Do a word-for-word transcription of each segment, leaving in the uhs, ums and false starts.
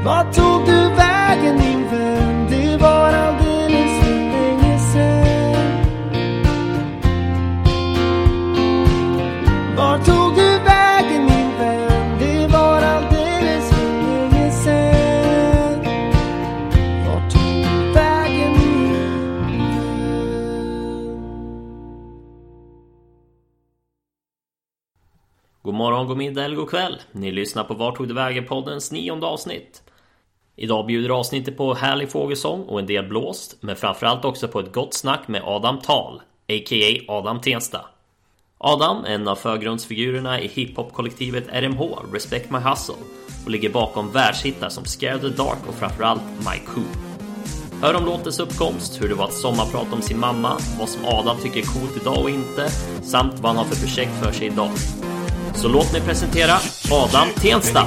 Vart tog du vägen min vän? Det var alldeles för länge sedan. Vart tog du vägen min vän? Det var alldeles för länge sedan. Vart tog du vägen min vän? God morgon, god middag eller god kväll. Ni lyssnar på Vart tog du vägen-poddens nionde avsnitt. Idag bjuder avsnittet på härlig fågelsång och en del blåst, men framförallt också på ett gott snack med Adam Thal, a k a. Adam Tensta. Adam är en av förgrundsfigurerna i hiphop-kollektivet R M H, Respect My Hustle, och ligger bakom världshittar som Scare the Dark och framförallt My Cool. Hör om låtens uppkomst, hur det var att sommarprata om sin mamma, vad som Adam tycker är coolt idag och inte, samt vad han har för projekt för sig idag. Så låt mig presentera Adam Tensta.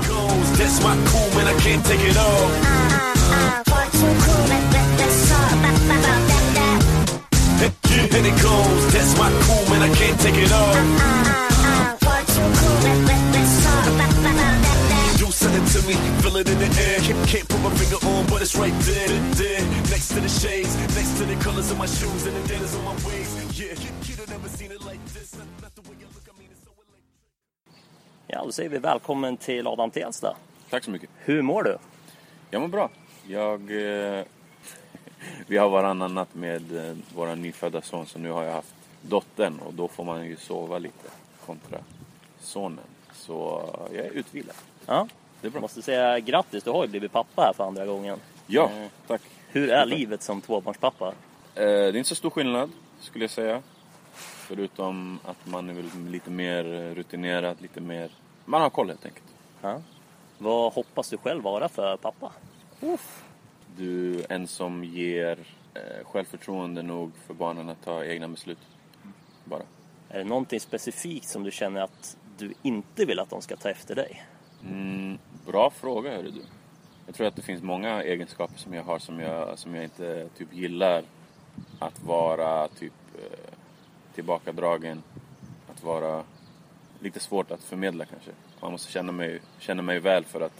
Ja, då säger vi välkommen till Adam Tensta. Tack så mycket. Hur mår du? Jag mår bra. Jag, eh, vi har varannan natt med eh, våra nyfödda son, så nu har jag haft dottern och då får man ju sova lite kontra sonen. Så eh, jag är utvilad. Ja, det är bra. Jag måste säga grattis, du har ju blivit pappa här för andra gången. Ja, eh, tack. Hur är livet som tvåbarnspappa? Eh, det är inte så stor skillnad, skulle jag säga. Förutom att man är väl lite mer rutinerad, lite mer... Man har koll helt enkelt. Ja. Vad hoppas du själv vara för pappa? Uff. Du är en som ger eh, självförtroende nog för barnen att ta egna beslut. Bara. Är det någonting specifikt som du känner att du inte vill att de ska ta efter dig? Mm, bra fråga, hörru du. Jag tror att det finns många egenskaper som jag har som jag, som jag inte typ gillar. Att vara typ eh, tillbakadragen. Att vara lite svårt att förmedla kanske. Man måste känna mig, känna mig väl för att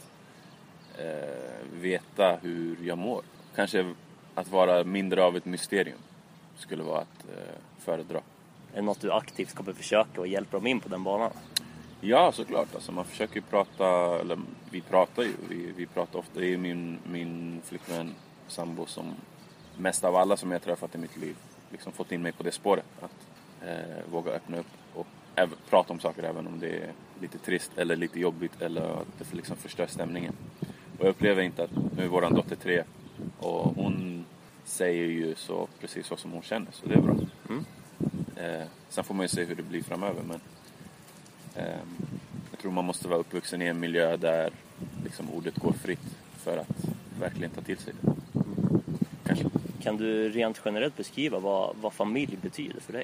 eh, veta hur jag mår. Kanske att vara mindre av ett mysterium skulle vara att eh, föredra. Är det något du aktivt kommer försöka och hjälpa dem in på den banan? Ja, såklart. Alltså, man försöker ju prata, eller vi pratar ju, vi, vi pratar ofta. Det är min, min flickvän sambo som mest av alla som jag träffat i mitt liv liksom fått in mig på det spåret. Att eh, våga öppna upp och äv- prata om saker även om det är lite trist eller lite jobbigt eller att det liksom förstör stämningen. Och jag upplever inte att nu är våran dotter tre och hon säger ju så precis så som hon känner, så det är bra. Mm. Eh, sen får man ju se hur det blir framöver, men eh, jag tror man måste vara uppvuxen i en miljö där liksom ordet går fritt för att verkligen ta till sig det. Kanske. Kan du rent generellt beskriva vad, vad familj betyder för dig?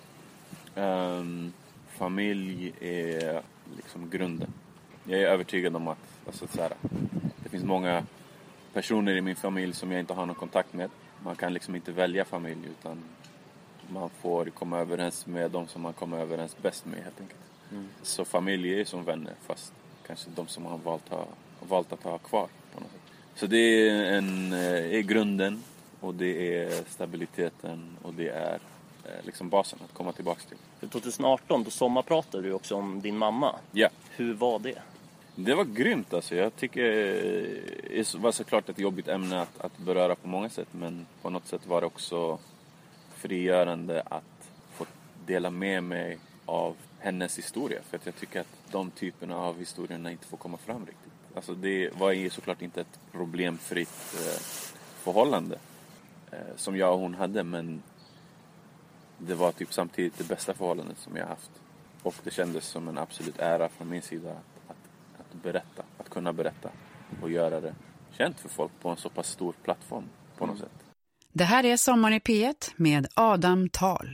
Um, familj är liksom grunden. Jag är övertygad om att alltså, så här, det finns många personer i min familj som jag inte har någon kontakt med. Man kan liksom inte välja familj, utan man får komma överens med de som man kommer överens bäst med helt enkelt. Mm. Så familj är som vänner, fast kanske de som man har valt, ha, valt att ha kvar på något sätt. Så det är, en, är grunden, och det är stabiliteten, och det är liksom basen att komma tillbaka till. tjugo arton, då sommarpratade du också om din mamma. Ja. Hur var det? Det var grymt alltså. Jag tycker det var såklart ett jobbigt ämne att, att beröra på många sätt, men på något sätt var det också frigörande att få dela med mig av hennes historia. För att jag tycker att de typerna av historierna inte får komma fram riktigt. Alltså det var ju såklart inte ett problemfritt eh, förhållande eh, som jag och hon hade, men det var typ samtidigt det bästa förhållandet som jag haft. Och det kändes som en absolut ära från min sida att, att, att berätta, att kunna berätta och göra det känt för folk på en så pass stor plattform på något mm. sätt. Det här är Sommar i P ett med Adam Thal.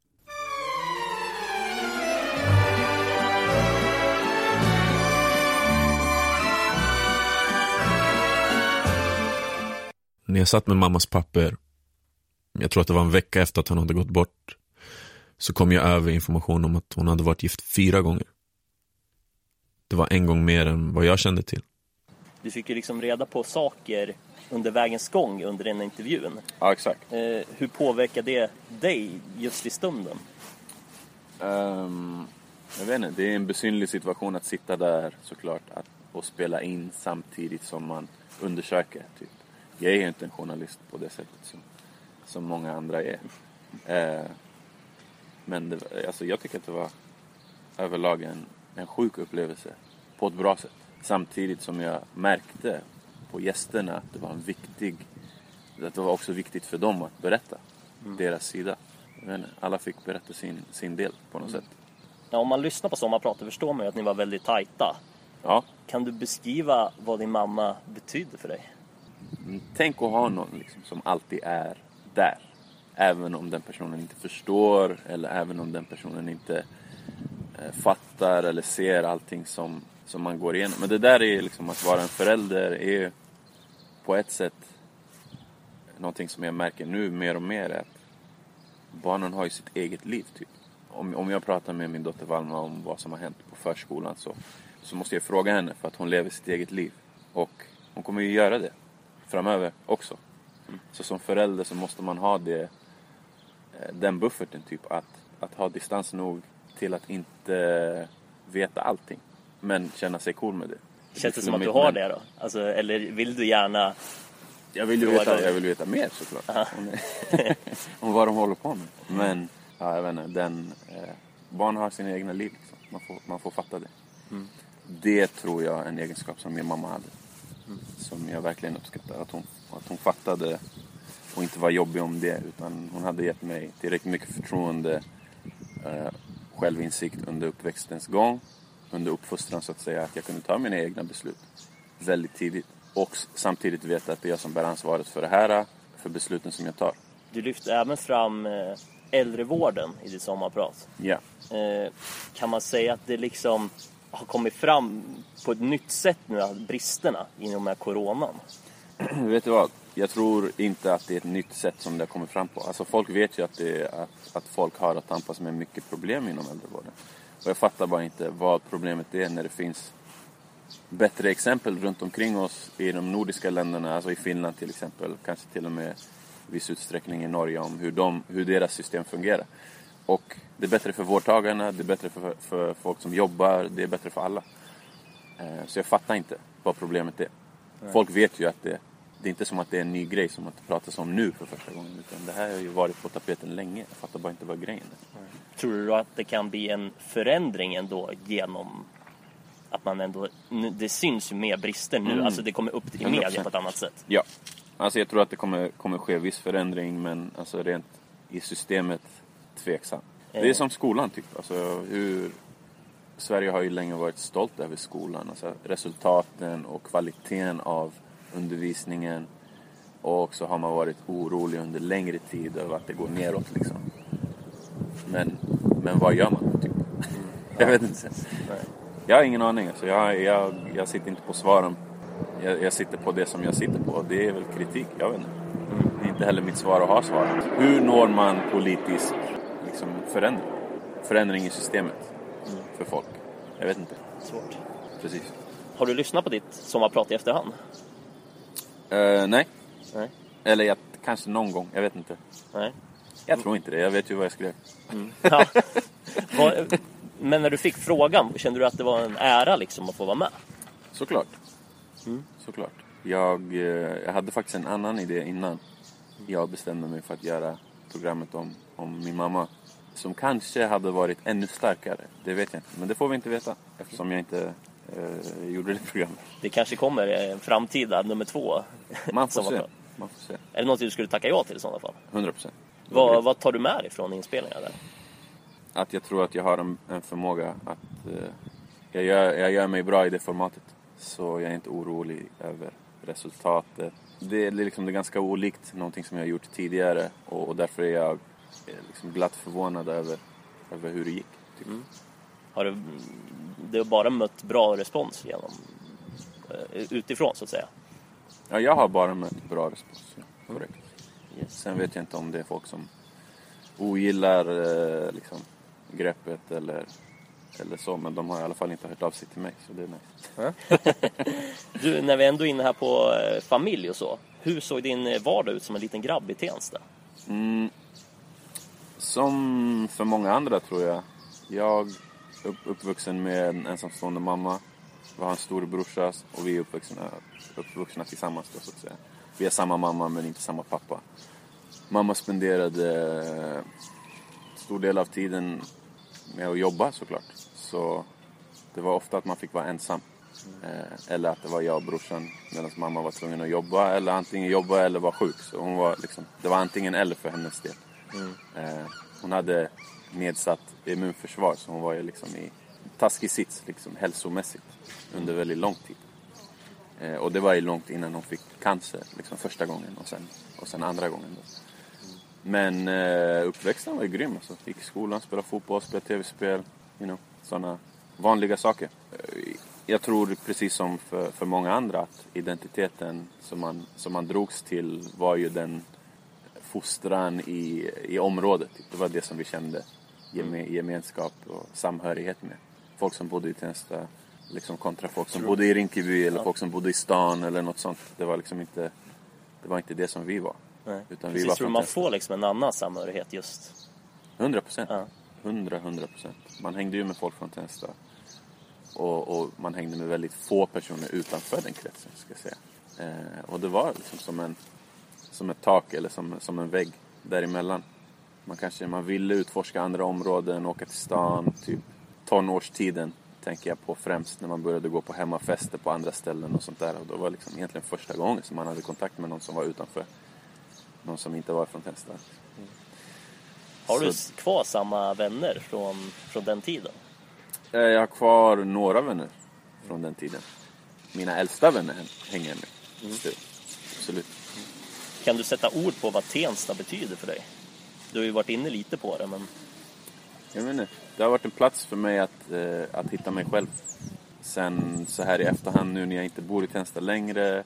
När jag satt med mammas papper, jag tror att det var en vecka efter att hon hade gått bort, så kom jag över information om att hon hade varit gift fyra gånger. Det var en gång mer än vad jag kände till. Du fick ju liksom reda på saker under vägens gång under den intervjun. Ja, exakt. Eh, hur påverkar det dig just i stunden? Um, jag vet inte, det är en besynlig situation att sitta där såklart att, och spela in samtidigt som man undersöker. Typ. Jag är ju inte en journalist på det sättet som, som många andra är. Uh, men det, alltså jag tycker att det var överlag en, en sjuk upplevelse på ett bra sätt. Samtidigt som jag märkte på gästerna att det var en viktig, att det var också viktigt för dem att berätta mm. deras sida. Men alla fick berätta sin, sin del på något mm. sätt. Ja, om man lyssnar på Sommarprat förstår man ju att ni var väldigt tajta. Ja. Kan du beskriva vad din mamma betydde för dig? Tänk att ha någon liksom, som alltid är där. Även om den personen inte förstår eller även om den personen inte eh, fattar eller ser allting som, som man går igenom. Men det där är liksom att vara en förälder är på ett sätt någonting som jag märker nu mer och mer är att barnen har ju sitt eget liv typ. Om, om jag pratar med min dotter Valma om vad som har hänt på förskolan så, så måste jag fråga henne för att hon lever sitt eget liv. Och hon kommer ju göra det framöver också. Mm. Så som förälder så måste man ha det, den bufferten typ att, att ha distans nog till att inte veta allting. Men känna sig cool med det. Känns det som att du har det då? Alltså, eller vill du gärna... Jag vill ju veta, jag vill veta mer såklart. Om, om vad de håller på med. Men ja, jag vet inte, den, eh, barn har sina egna liv. Liksom. Man, får, man får fatta det. Mm. Det tror jag är en egenskap som min mamma hade. Mm. Som jag verkligen uppskattar. Att hon, att hon fattade och inte var jobbig om det. Utan hon hade gett mig tillräckligt mycket förtroende. Eh, självinsikt under uppväxtens gång. Under uppfostran så att säga. Att jag kunde ta mina egna beslut väldigt tidigt. Och samtidigt veta att det är jag som bär ansvaret för det här. För besluten som jag tar. Du lyfter även fram eh, äldrevården i ditt sommarprat. Ja. Eh, kan man säga att det liksom har kommit fram på ett nytt sätt nu, att bristerna inom den här coronan? Vet du vad? Jag tror inte att det är ett nytt sätt som det har kommit fram på. Alltså folk vet ju att, det är, att, att folk har att tampas med mycket problem inom äldrevården. Och jag fattar bara inte vad problemet är när det finns bättre exempel runt omkring oss i de nordiska länderna, alltså i Finland till exempel, kanske till och med viss utsträckning i Norge, om hur, de, hur deras system fungerar. Och det är bättre för vårdtagarna, det är bättre för, för folk som jobbar, det är bättre för alla. Eh, så jag fattar inte vad problemet är. Nej. Folk vet ju att det, det är inte som att det är en ny grej som att pratas om nu för första gången, utan det här har ju varit på tapeten länge. Jag fattar bara inte vad grejen är. Nej. Tror du att det kan bli en förändring ändå genom att man ändå, det syns ju mer brister nu, mm. alltså det kommer upp i media på ett annat sätt? Ja, alltså jag tror att det kommer, kommer ske viss förändring, men alltså rent i systemet tveksam. Mm. Det är som skolan typ, alltså hur Sverige har ju länge varit stolt över skolan, alltså resultaten och kvaliteten av undervisningen, och så har man varit orolig under längre tid över att det går neråt liksom. Men, men vad gör man typ? Jag vet inte. Nej. Jag har ingen aning. Alltså jag, jag, jag sitter inte på svaren. Jag, jag sitter på det som jag sitter på. Det är väl kritik, jag vet inte. Det är inte heller mitt svar att ha svaret. Hur når man politisk liksom, förändring? Förändring i systemet mm. för folk? Jag vet inte. Svårt. Precis. Har du lyssnat på ditt sommarprat i efterhand? Uh, nej. nej. Eller jag, kanske någon gång. Jag vet inte. Nej. Jag tror inte det. Jag vet ju vad jag skrev. Mm. Ja. Var, men när du fick frågan, kände du att det var en ära liksom att få vara med? Såklart. Mm. Såklart. Jag, jag hade faktiskt en annan idé innan. Jag bestämde mig för att göra programmet om, om min mamma. Som kanske hade varit ännu starkare. Det vet jag inte. Men det får vi inte veta. Eftersom jag inte eh, gjorde det programmet. Det kanske kommer en framtida nummer två. Man får se. Man får se. Är det något du skulle tacka ja till i sådana fall? hundra procent. Vad, vad tar du med dig från inspelningarna där? Att jag tror att jag har en, en förmåga att eh, jag, gör, jag gör mig bra i det formatet. Så jag är inte orolig över resultatet. Det är, liksom, det är ganska olikt någonting som jag har gjort tidigare. Och, och därför är jag liksom glatt förvånad över, över hur det gick. Typ. Mm. Har du, du har bara mött bra respons genom, utifrån så att säga? Ja, jag har bara mött bra respons. Ja, korrekt. Yes. Sen vet jag inte om det är folk som ogillar eh, liksom, greppet eller eller så. Men de har i alla fall inte hört av sig till mig, så det är nice. Du, när vi ändå är inne här på eh, familj och så. Hur såg din vardag ut som en liten grabb i Tensta? Mm. Som för många andra tror jag. Jag är upp, uppvuxen med en ensamstående mamma. Vi har en storebrorsa och vi är uppvuxna, uppvuxna tillsammans då, så att säga. Vi har samma mamma men inte samma pappa. Mamma spenderade stor del av tiden med att jobba såklart. Så det var ofta att man fick vara ensam. Eh, eller att det var jag och brorsan medan mamma var tvungen att jobba. Eller antingen jobba eller var sjuk. Så hon var liksom, det var antingen eller för hennes del. Mm. Eh, hon hade nedsatt immunförsvar, så hon var ju liksom i taskig sits liksom, hälsomässigt under väldigt lång tid. Eh, och det var ju långt innan hon fick cancer liksom, första gången och sen, och sen andra gången då. Men eh, uppväxten var ju grym alltså. Gick i skolan, spelade fotboll, spelade tv-spel, you know, sådana vanliga saker. Eh, jag tror precis som för, för många andra att identiteten som man, som man drogs till var ju den fostran i, i området. Det var det som vi kände gem, gemenskap och samhörighet med. Folk som bodde i Tensta liksom kontra folk som bodde i Rinkeby eller folk som bodde i stan eller något sånt. Det var liksom inte det var inte det som vi var. Nej. Utan Precis, vi var tror man får liksom en annan samhörighet just. hundra procent. Ja. hundra, hundra procent. Man hängde ju med folk från Tensta. Och, och man hängde med väldigt få personer utanför den kretsen, ska jag säga. Eh, och det var liksom som en som ett tak eller som, som en vägg däremellan. Man kanske man ville utforska andra områden, åka till stan, typ tonårstiden tänker jag på främst när man började gå på hemmafester på andra ställen och sånt där. Och då var liksom egentligen första gången som man hade kontakt med någon som var utanför. Någon som inte var från Tensta. Mm. Har du Så, kvar samma vänner från, från den tiden? Jag har kvar några vänner från den tiden. Mina äldsta vänner hänger med. Mm. Absolut. Kan du sätta ord på vad Tensta betyder för dig? Du har ju varit inne lite på det, men... Jag vet inte. Det har varit en plats för mig att, eh, att hitta mig själv. Sen så här i efterhand nu när jag inte bor i Tensta längre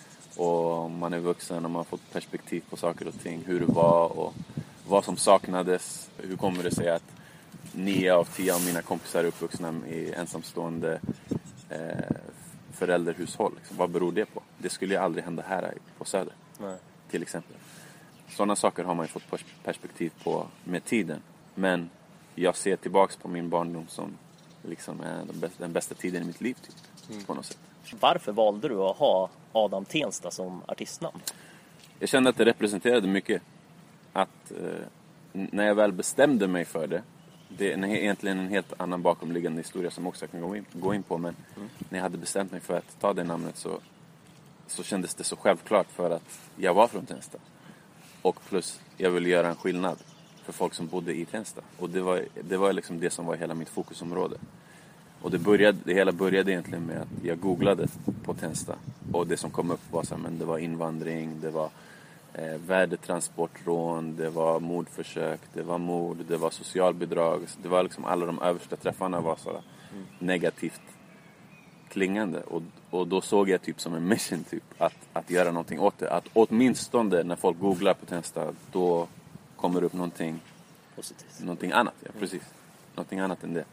och man är vuxen och man har fått perspektiv på saker och ting, hur det var och vad som saknades. Hur kommer det sig att nio av tio av mina kompisar är uppvuxna i ensamstående eh, förälderhushåll? Liksom. Vad beror det på? Det skulle ju aldrig hända här på Söder. Nej. Till exempel. Sådana saker har man ju fått perspektiv på med tiden. Men jag ser tillbaks på min barndom som liksom är den bästa, den bästa tiden i mitt liv typ, mm. på något sätt. Varför valde du att ha Adam Tensta som artistnamn? Jag kände att det representerade mycket. Att eh, när jag väl bestämde mig för det, det är egentligen en helt annan bakomliggande historia som också jag kan gå in, gå in på. Men mm. när jag hade bestämt mig för att ta det namnet så, så kändes det så självklart för att jag var från Tensta. Och plus, jag ville göra en skillnad för folk som bodde i Tensta. Och det var, det var liksom det som var hela mitt fokusområde. Och det, började, det hela började egentligen med att jag googlade på Tensta. Och det som kom upp var så här, men det var invandring, det var eh, värdetransportrån, det var mordförsök, det var mord, det var socialbidrag. Det var liksom alla de översta träffarna var så mm. negativt klingande. Och, och då såg jag typ som en mission typ att, att göra någonting åt det. Att åtminstone när folk googlar på Tensta, då kommer upp någonting positivt. Någonting annat, ja precis. Någonting annat än det.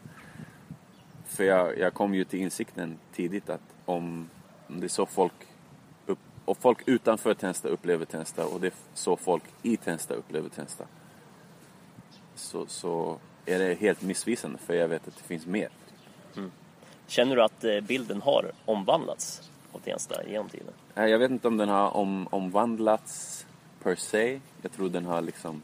För jag, jag kom ju till insikten tidigt att om, om det är så folk upp, och folk utanför Tensta upplever Tensta och det är så folk i Tensta upplever Tensta, så, så är det helt missvisande, för jag vet att det finns mer. Mm. Känner du att bilden har omvandlats på Tensta genom tiden? Jag vet inte om den har om, omvandlats per se. Jag tror den har liksom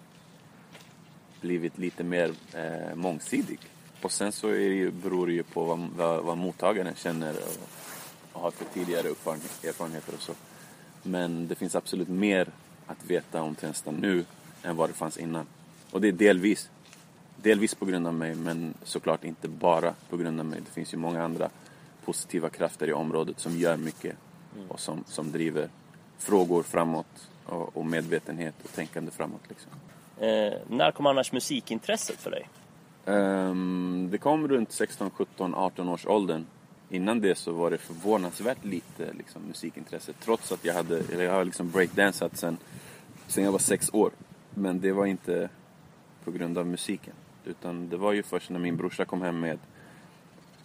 blivit lite mer eh, mångsidig. Och sen så är det ju, beror det ju på vad, vad, vad mottagaren känner och, och har för tidigare erfarenheter och så. Men det finns absolut mer att veta om Tensta nu än vad det fanns innan. Och det är delvis. Delvis på grund av mig, men såklart inte bara på grund av mig. Det finns ju många andra positiva krafter i området som gör mycket och som, som driver frågor framåt och, och medvetenhet och tänkande framåt liksom. Eh, när kom annars musikintresset för dig? Um, det kom runt sexton, sjutton, arton års åldern. Innan det så var det förvånansvärt lite liksom, musikintresse. Trots att jag hade jag har liksom breakdansat sen, sen jag var sex år. Men det var inte på grund av musiken. Utan det var ju först när min brorsa kom hem med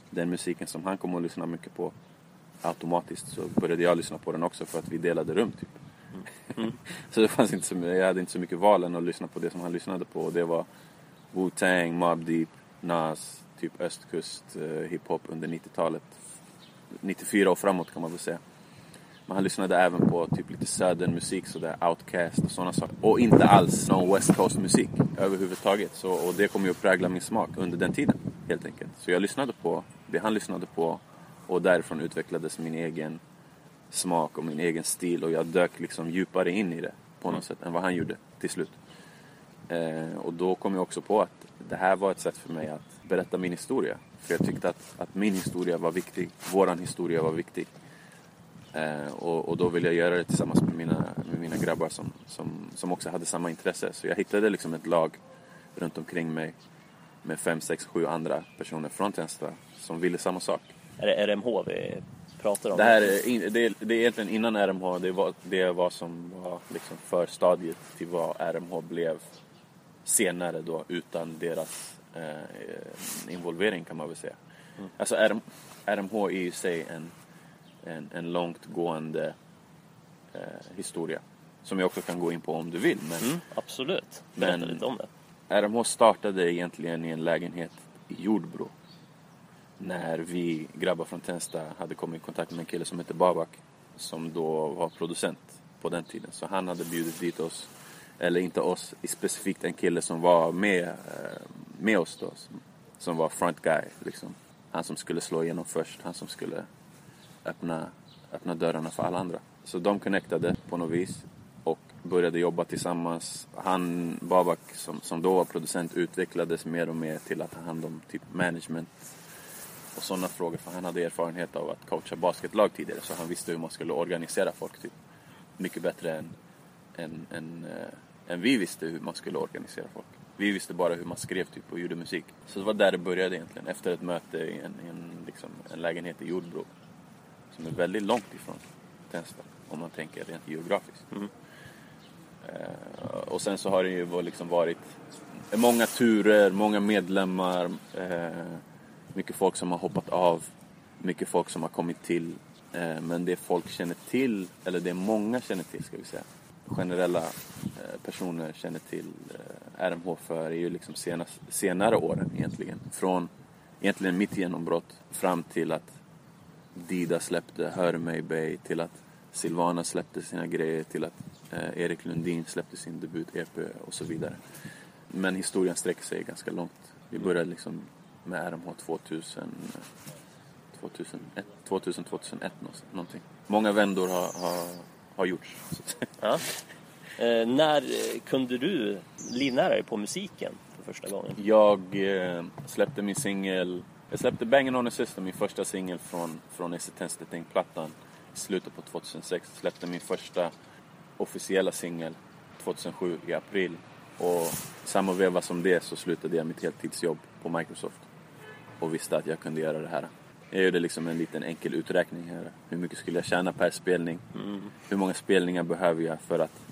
den musiken som han kom att lyssna mycket på, automatiskt så började jag lyssna på den också för att vi delade rum typ. Mm. Så det fanns inte så, jag hade inte så mycket val än att lyssna på det som han lyssnade på. Och det var Wu-Tang, Mobb Deep, Nas, typ östkust, eh, hiphop under nittiotalet. nittiofyra och framåt kan man väl säga. Men han lyssnade även på typ lite södern musik, sådär Outkast och sådana saker. Och inte alls någon West Coast musik överhuvudtaget. Så, och det kommer ju att prägla min smak under den tiden helt enkelt. Så jag lyssnade på det han lyssnade på. Och därifrån utvecklades min egen smak och min egen stil. Och jag dök liksom djupare in i det på något mm. sätt än vad han gjorde till slut. Eh, och då kom jag också på att det här var ett sätt för mig att berätta min historia. För jag tyckte att, att min historia var viktig. Våran historia var viktig. Eh, och, och då ville jag göra det tillsammans med mina, med mina grabbar som, som, som också hade samma intresse. Så jag hittade liksom ett lag runt omkring mig med fem, sex, sju andra personer från Tensta som ville samma sak. Är det R M H vi pratar om? Det här är, in, det är, det är egentligen innan R M H. Det var, det var som var liksom förstadiet till vad R M H blev senare då, utan deras eh, involvering kan man väl säga. Mm. Alltså R M H är ju sig en, en, en långtgående eh, historia som jag också kan gå in på om du vill. Men, mm, absolut, berätta men lite om det. R M H startade egentligen i en lägenhet i Jordbro. När vi grabbar från Tensta hade kommit i kontakt med en kille som heter Babak, som då var producent på den tiden. Så han hade bjudit dit oss, eller inte oss, specifikt en kille som var med, med oss då, som, som var front guy liksom. Han som skulle slå igenom först, han som skulle öppna, öppna dörrarna för alla andra. Så de connectade på något vis och började jobba tillsammans. Han, Babak, som, som då var producent, utvecklades mer och mer till att ta hand om typ management och sådana frågor, för han hade erfarenhet av att coacha basketlag tidigare, så han visste hur man skulle organisera folk typ mycket bättre än, än, än, äh, än vi visste hur man skulle organisera folk. Vi visste bara hur man skrev typ och gjorde musik. Så det var där det började egentligen, efter ett möte i en, en, liksom, en lägenhet i Jordbro som är väldigt långt ifrån Tensta om man tänker rent geografiskt. Mm. Uh, och sen så har det ju liksom varit många turer, många medlemmar, uh, mycket folk som har hoppat av, mycket folk som har kommit till. Eh, men det folk känner till, eller det många känner till ska vi säga, generella eh, personer känner till eh, R M H för är ju liksom senast, senare åren egentligen. Från egentligen mitt genombrott fram till att Dida släppte Hör mig Bay, till att Silvana släppte sina grejer, till att eh, Erik Lundin släppte sin debut-E P och så vidare. Men historien sträcker sig ganska långt. Vi började liksom med R M H tvåtusen, tvåtusenett, tvåtusen, tvåtusenett någonting. Många vändor har, har, har gjorts. Ja. Eh, när kunde du livnära dig på musiken för första gången? Jag eh, släppte min singel, jag släppte Bangin' on a System, min första singel från, från S T N-plattan i slutet på tvåtusensex. Släppte min första officiella singel tvåtusensju i april. Och samma veva som det så slutade jag mitt heltidsjobb på Microsoft. Och visste att jag kunde göra det här. Jag gjorde liksom en liten enkel uträkning här. Hur mycket skulle jag tjäna per spelning? Mm. Hur många spelningar behöver jag för att,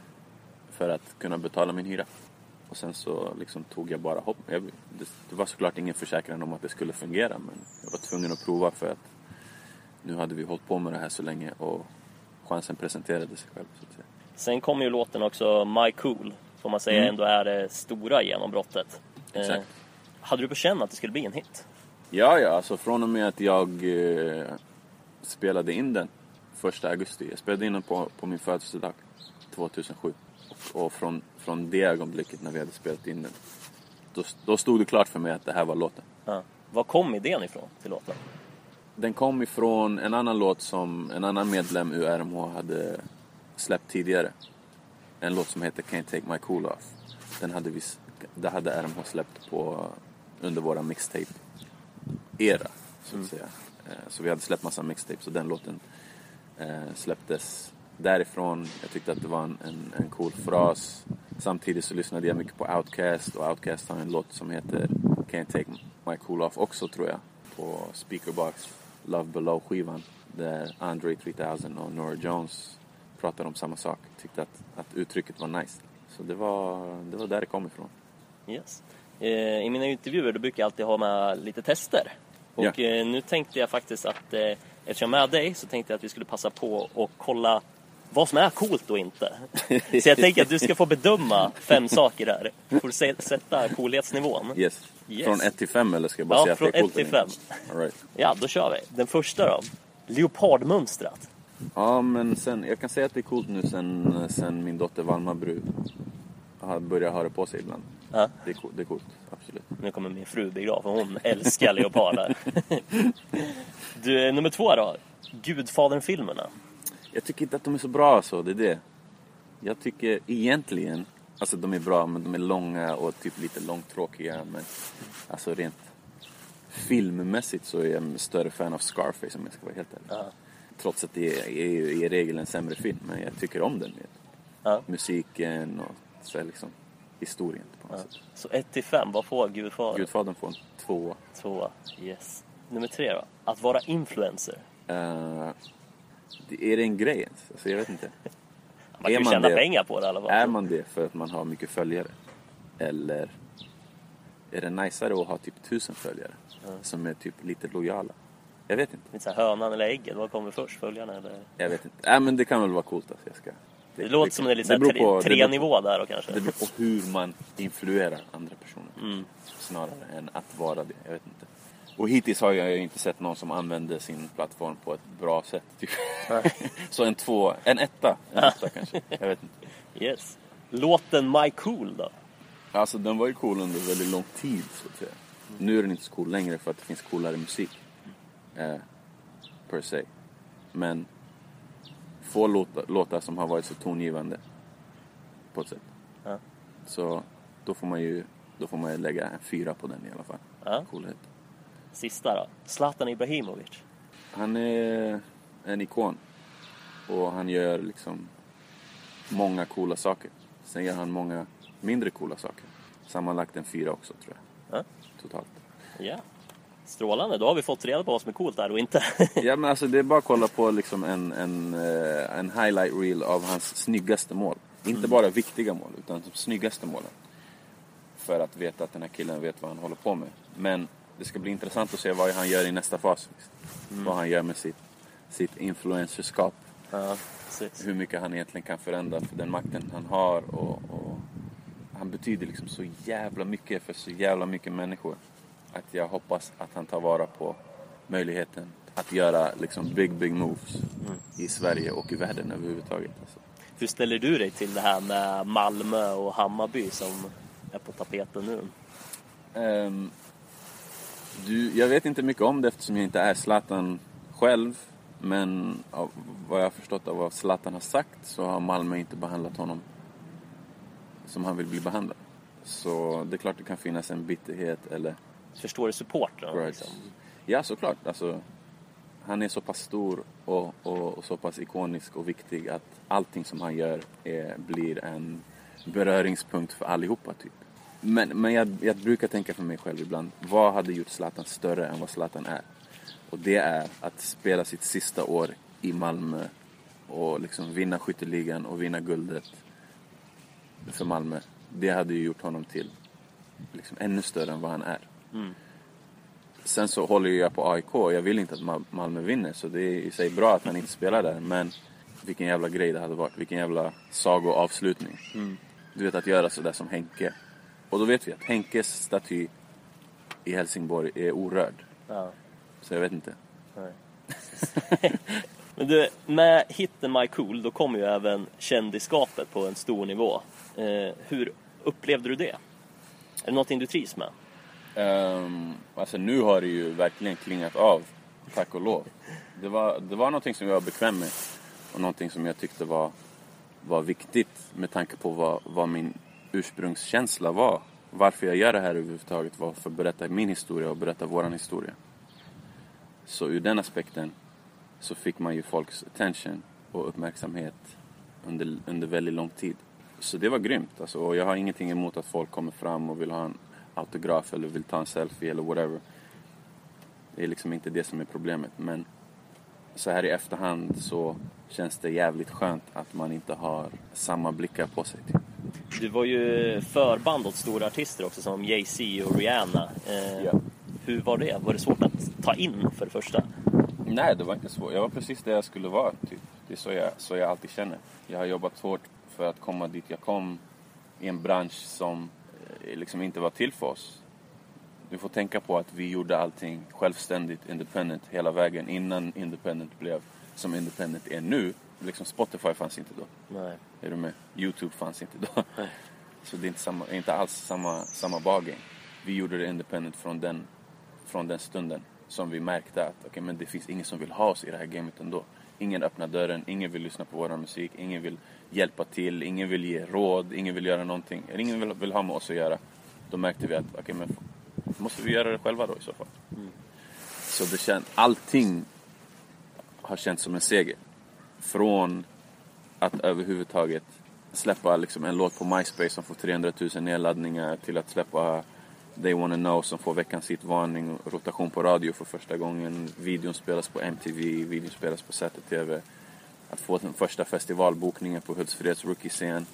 för att kunna betala min hyra? Och sen så liksom tog jag bara hopp. Jag, det, det var såklart ingen försäkran om att det skulle fungera. Men jag var tvungen att prova för att nu hade vi hållit på med det här så länge. Och chansen presenterade sig själv. Så att säga. Sen kom ju låten också My Cool. Får man säga mm. ändå är det stora genombrottet. Exakt. Eh, hade du på känn att det skulle bli en hit? Ja, ja. Alltså från och med att jag eh, spelade in den första augusti. Jag spelade in den på, på min födelsedag tvåtusensju. Och, och från, från det ögonblicket när vi hade spelat in den, då, då stod det klart för mig att det här var låten. Ja. Var kom idén ifrån till låten? Den kom ifrån en annan låt som en annan medlem ur R M H hade släppt tidigare. En låt som heter Can't Take My Cool Off. Den hade vi, det hade R M H släppt på under våra mixtape-era, så att mm. säga. Så vi hade släppt massa mixtapes och den låten eh, släpptes därifrån. Jag tyckte att det var en, en, en cool fras. Samtidigt så lyssnade jag mycket på Outkast, och Outkast har en låt som heter Can't Take My Cool Off också, tror jag, på Speakerbox Love Below-skivan, där Andre three thousand och Nora Jones pratade om samma sak. Tyckte att, att uttrycket var nice. Så det var, det var där det kom ifrån. Yes. I mina intervjuer då brukar jag alltid ha med lite tester. Och Ja. eh, nu tänkte jag faktiskt att eh, eftersom jag är med dig så tänkte jag att vi skulle passa på och kolla vad som är coolt och inte. Så jag tänker att du ska få bedöma fem saker här. Får du se, sätta coolhetsnivån. Yes. Yes. Från ett till fem eller ska jag bara Ja, säga att från det är coolt ett till eller fem. inte? All right. Ja, då kör vi. Den första då. Leopardmönstrat. Ja, men sen, jag kan säga att det är coolt nu sen, sen min dotter Valma Bru har börjat ha det på sig ibland. Ja. Det är, coolt, det är coolt, absolut. Nu kommer min fru bli glad för hon älskar leoparder. Du, nummer två då. Gudfadern-filmerna. Jag tycker inte att de är så bra så, det är det. Jag tycker egentligen, alltså de är bra men de är långa och typ lite långtråkiga. Men alltså rent filmmässigt så är jag en större fan av Scarface om jag ska vara helt ärlig. Ja. Trots att det är, är ju i regel en sämre film, men jag tycker om den. Ja. Musiken och så är liksom historien på något Ja. sätt. Så ett till fem, vad får Gudfadern? Gudfadern får en två. Två, yes. Nummer tre då. Att vara influencer. Uh, det är det en grej ens? Alltså jag vet inte. Man Är kan ju man tjäna det? pengar på det i alla fall. Är man det för att man har mycket följare? Eller är det najsare att ha typ tusen följare Mm. som är typ lite lojala? Jag vet inte. Lite så här, hönan eller ägget, vad kommer först? Följarna eller? Jag vet inte. Nej, men det kan väl vara coolt att jag ska. Det, det låter som det är lite så beror här, på- tre, det tre beror på- nivå där då kanske. Det beror på hur man influerar andra personer. Mm. Snarare än att vara det. Jag vet inte. Och hittills har jag ju inte sett någon som använder sin plattform på ett bra sätt. Typ. Så en två, en etta. En etta kanske. Jag vet inte. Yes. Låten My Cool då? Alltså den var ju cool under väldigt lång tid så att säga. Nu är den inte så cool längre för att det finns coolare musik. Eh, per se. Men få låtar, låtar som har varit så tongivande. På ett sätt. Ja. Så då får man ju då får man ju lägga en fyra på den i alla fall. Ja. Coolhet. Sista då. Zlatan Ibrahimovic. Han är en ikon. Och han gör liksom många coola saker. Sen gör han många mindre coola saker. Sammanlagt en fyra också tror jag. Ja. Totalt. Ja. Strålande, då har vi fått reda på vad som är coolt där och inte. Ja, men alltså det är bara att kolla på liksom en, en, eh, en highlight reel av hans snyggaste mål. Inte bara viktiga mål, utan de snyggaste målen. För att veta att den här killen vet vad han håller på med. Men det ska bli intressant att se vad han gör i nästa fas. Mm. Vad han gör med sitt, sitt influencerskap. Ja, precis. Hur mycket han egentligen kan förändra för den makten han har. Och, och han betyder liksom så jävla mycket för så jävla mycket människor. Att jag hoppas att han tar vara på möjligheten att göra liksom big, big moves mm. i Sverige och i världen överhuvudtaget. Alltså. Hur ställer du dig till det här med Malmö och Hammarby som är på tapeten nu? Um, du, jag vet inte mycket om det eftersom jag inte är Zlatan själv. Men av vad jag har förstått av vad Zlatan har sagt så har Malmö inte behandlat honom som han vill bli behandlad. Så det är klart det kan finnas en bitterhet eller... Förstår du supporten? Right. Liksom? Ja, såklart. Alltså, han är så pass stor och, och, och så pass ikonisk och viktig att allting som han gör är, blir en beröringspunkt för allihopa typ. Men, men jag, jag brukar tänka för mig själv ibland, vad hade gjort Zlatan större än vad Zlatan är? Och det är att spela sitt sista år i Malmö och liksom vinna skytteligan och vinna guldet för Malmö. Det hade ju gjort honom till liksom ännu större än vad han är. Mm. Sen så håller jag på A I K. Jag vill inte att Malmö vinner. Så det är i sig bra att han inte spelar där. Men vilken jävla grej det hade varit. Vilken jävla sagoavslutning. Mm. Du vet, att göra sådär som Henke. Och då vet vi att Henkes staty i Helsingborg är orörd. Ja. Så jag vet inte. Nej. Men du, med hitten My Cool då kommer ju även kändiskapet på en stor nivå. Eh, hur upplevde du det? Är det någonting du trivs med? Um, alltså nu har det ju verkligen klingat av. Tack och lov. Det var, det var någonting som jag var bekväm med. Och någonting som jag tyckte var, var viktigt. Med tanke på vad, vad min ursprungskänsla var. Varför jag gör det här överhuvudtaget var för att berätta min historia och berätta våran historia. Så ur den aspekten så fick man ju folks attention och uppmärksamhet under, under väldigt lång tid. Så det var grymt. Alltså, och jag har ingenting emot att folk kommer fram och vill ha en autograf eller vill ta en selfie eller whatever. Det är liksom inte det som är problemet. Men så här i efterhand så känns det jävligt skönt att man inte har samma blickar på sig. Typ. Du var ju förband åt stora artister också som Jay-Z och Rihanna. Eh, Ja. Hur var det? Var det svårt att ta in för det första? Nej, det var inte svårt. Jag var precis där jag skulle vara. Typ. Det är så jag, så jag alltid känner. Jag har jobbat hårt för att komma dit jag kom i en bransch som eh, liksom inte var till för oss. Du får tänka på att vi gjorde allting självständigt, independent hela vägen innan independent blev som independent är nu. Liksom Spotify fanns inte då. Nej. Är du med? YouTube fanns inte då. Nej. Så det är inte, samma, inte alls samma, samma ballgame. Vi gjorde det independent från den, från den stunden som vi märkte att okay, men det finns ingen som vill ha oss i det här gamet ändå. Ingen öppnar dörren, ingen vill lyssna på vår musik, ingen vill hjälpa till, ingen vill ge råd, ingen vill göra någonting. Eller ingen vill, vill ha med oss att göra. Då märkte vi att okej, okay, men måste vi göra det själva då i så fall. Mm. Så det känd, allting har känts som en seger. Från att överhuvudtaget släppa liksom en låt på MySpace som får trehundratusen nedladdningar till att släppa They Wanna Know som får veckans hitvarning och rotation på radio för första gången. Videon spelas på M T V, videon spelas på Z T V. Att få den första festivalbokningen på Hultsfreds rookie-scen.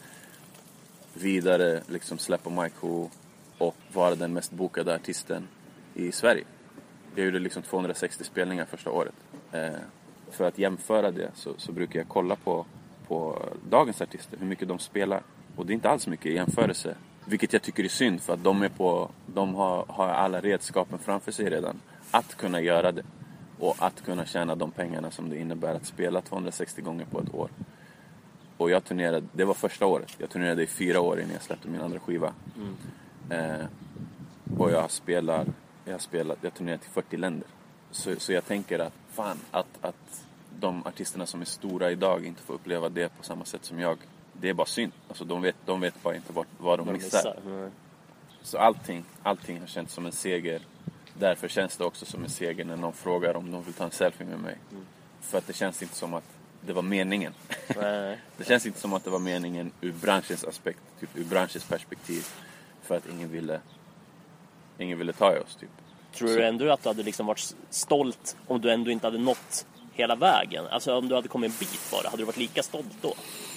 Vidare liksom släppa Michael och vara den mest bokade artisten i Sverige. Jag gjorde liksom tvåhundrasextio spelningar första året. Eh, för att jämföra det så, så brukar jag kolla på, på dagens artister, hur mycket de spelar. Och det är inte alls mycket i jämförelse. Vilket jag tycker är synd för att de, är på, de har, har alla redskapen framför sig redan. Att kunna göra det. Och att kunna tjäna de pengarna som det innebär att spela tvåhundrasextio gånger på ett år. Och jag turnerade, det var första året. Jag turnerade i fyra år innan jag släppte min andra skiva. Mm. Eh, och jag spelar, jag spelar, jag turnerar till fyrtio länder. Så, så jag tänker att fan, att, att de artisterna som är stora idag inte får uppleva det på samma sätt som jag. Det är bara synd. Alltså de vet, de vet bara inte vad, vad de missar. Mm. Så allting, allting har känts som en seger. Därför känns det också som en seger när någon frågar om de vill ta en selfie med mig. Mm. För att det känns inte som att det var meningen. Mm. Det känns inte som att det var meningen ur branschens aspekt, typ ur branschens perspektiv. För att ingen ville, ingen ville ta i oss typ. Tror du ändå att du hade liksom varit stolt om du ändå inte hade nått hela vägen? Alltså om du hade kommit en bit bara, hade du varit lika stolt då?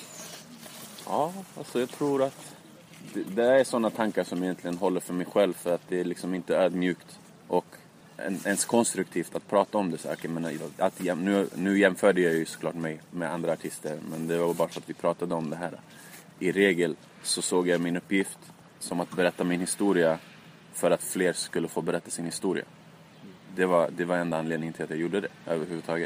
Ja, alltså jag tror att det, det är sådana tankar som egentligen håller för mig själv. För att det är liksom inte ödmjukt och en, ens konstruktivt att prata om det. Så här, men att, nu, nu jämförde jag ju såklart mig med andra artister. Men det var bara så att vi pratade om det här. I regel så såg jag min uppgift som att berätta min historia för att fler skulle få berätta sin historia. Det var, det var enda anledningen till att jag gjorde det överhuvudtaget.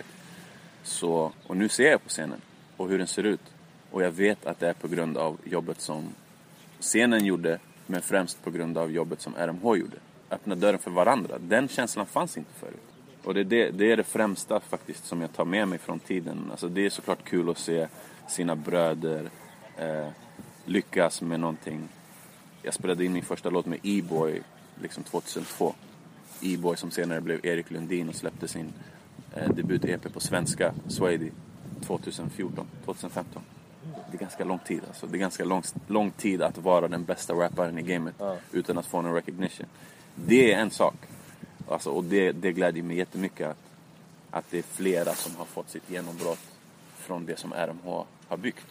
Så, och nu ser jag på scenen och hur den ser ut. Och jag vet att det är på grund av jobbet som scenen gjorde, men främst på grund av jobbet som R M H gjorde. Öppna dörren för varandra. Den känslan fanns inte förut. Och det är det, det är det främsta faktiskt som jag tar med mig från tiden. Alltså det är såklart kul att se sina bröder eh, lyckas med någonting. Jag spelade in min första låt med E-Boy liksom tjugohundratvå. E-Boy som senare blev Erik Lundin och släppte sin eh, debut-E P på svenska, Swady, tjugohundrafjorton, tjugohundrafemton. Det är ganska lång tid alltså. Det är ganska lång, lång tid att vara den bästa rapparen i gamet ja. Utan att få någon recognition. Det är en sak. Alltså, och det, det glädjer mig jättemycket att, att det är flera som har fått sitt genombrott från det som R M H har byggt.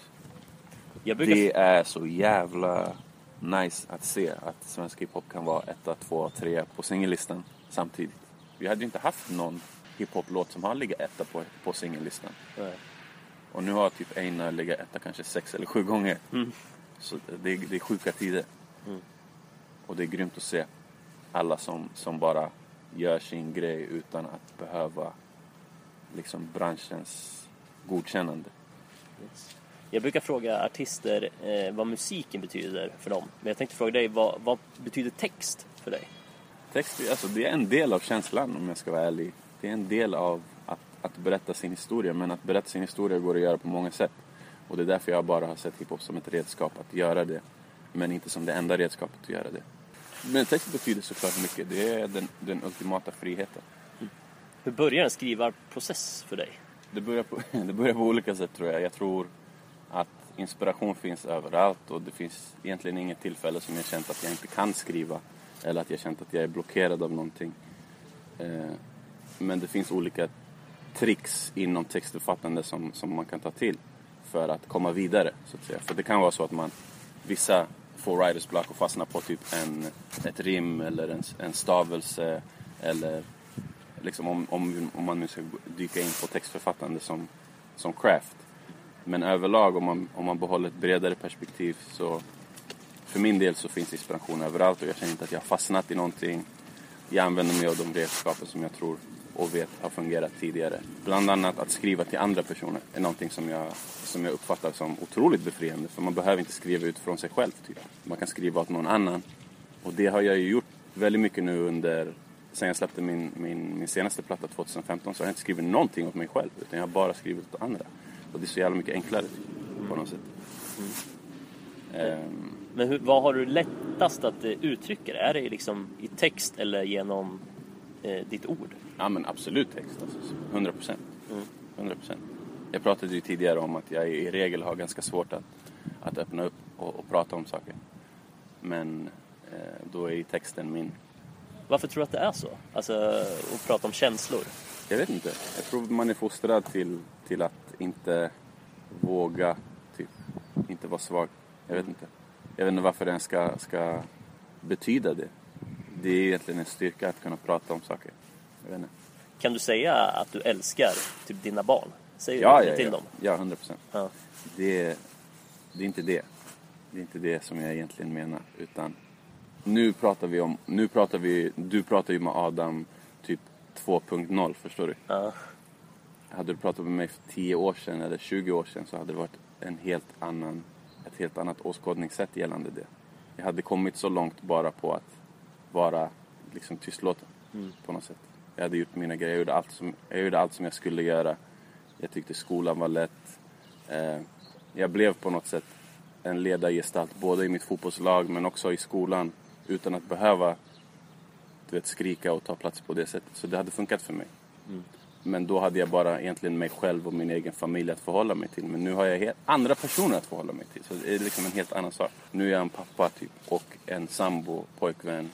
Jag brukar... Det är så jävla nice att se att svensk hiphop kan vara etta, två, tre på singellistan samtidigt. Vi hade ju inte haft någon hiphop-låt som har legat etta på, på singellistan. Nej. Och nu har typ Einar legat etta kanske sex eller sju gånger. Mm. Så det är, det är sjuka tider. Mm. Och det är grymt att se alla som, som bara gör sin grej utan att behöva liksom branschens godkännande. Yes. Jag brukar fråga artister eh, vad musiken betyder för dem. Men jag tänkte fråga dig, vad, vad betyder text för dig? Text, alltså det är en del av känslan om jag ska vara ärlig. Det är en del av att, att berätta sin historia. Men att berätta sin historia går att göra på många sätt. Och det är därför jag bara har sett hiphop som ett redskap att göra det. Men inte som det enda redskapet att göra det. Men text betyder såklart mycket. Det är den, den ultimata friheten. Mm. Hur börjar en skrivarprocess för dig? Det börjar, på, det börjar på olika sätt tror jag. Jag tror att inspiration finns överallt. Och det finns egentligen inget tillfälle som jag känt att jag inte kan skriva. Eller att jag känt att jag är blockerad av någonting. Eh, men det finns olika tricks inom textförfattande som, som man kan ta till. För att komma vidare så att säga. För det kan vara så att man, vissa får writers block och fastnar på typ en, ett rim eller en, en stavelse. Eller liksom om, om, om man nu ska dyka in på textförfattande som, som craft. Men överlag om man, om man behåller ett bredare perspektiv så för min del så finns inspiration överallt och jag känner inte att jag har fastnat i någonting. Jag använder mig av de redskapen som jag tror och vet har fungerat tidigare. Bland annat att skriva till andra personer är någonting som jag, som jag uppfattar som otroligt befriande. För man behöver inte skriva ut från sig själv. Typ. Man kan skriva åt någon annan. Och det har jag ju gjort väldigt mycket nu under... Sen jag släppte min, min, min senaste platta tjugohundrafemton så har jag inte skrivit någonting åt mig själv. Utan jag har bara skrivit åt andra. Och det är så jävla mycket enklare typ, på något sätt. Mm. Um, Men hur, vad har du lättast att eh, uttrycka det? Är det liksom i text eller genom eh, ditt ord? Ja men absolut text, alltså, hundra procent. hundra procent. Jag pratade ju tidigare om att jag i regel har ganska svårt att, att öppna upp och, och prata om saker. Men eh, då är ju texten min. Varför tror du att det är så? Alltså att prata om känslor? Jag vet inte. Jag tror man är fostrad till, till att inte våga, typ, inte vara svag. Jag vet inte. Jag vet inte varför den ska, ska betyda det. Det är egentligen en styrka att kunna prata om saker. Jag vet inte. Kan du säga att du älskar typ dina barn? Säger ja, du ja, till ja. dem? Ja, hundra procent. Ja. Det, det är inte det. Det är inte det som jag egentligen menar. Utan nu pratar vi om... Nu pratar vi... Du pratar ju med Adam typ två punkt noll, förstår du? Ja. Hade du pratat med mig för tio år sedan eller tjugo år sedan så hade det varit en helt annan... Ett helt annat åskådningssätt gällande det. Jag hade kommit så långt bara på att vara liksom tystlåten mm. på något sätt. Jag hade gjort mina grejer. Jag gjorde allt som jag, gjorde allt som jag skulle göra. Jag tyckte skolan var lätt. Eh, jag blev på något sätt en ledargestalt både i mitt fotbollslag men också i skolan utan att behöva du vet, skrika och ta plats på det sättet. Så det hade funkat för mig. Mm. Men då hade jag bara egentligen mig själv och min egen familj att förhålla mig till. Men nu har jag helt andra personer att förhålla mig till. Så det är liksom en helt annan sak. Nu är jag en pappa typ och en sambo, pojkvän.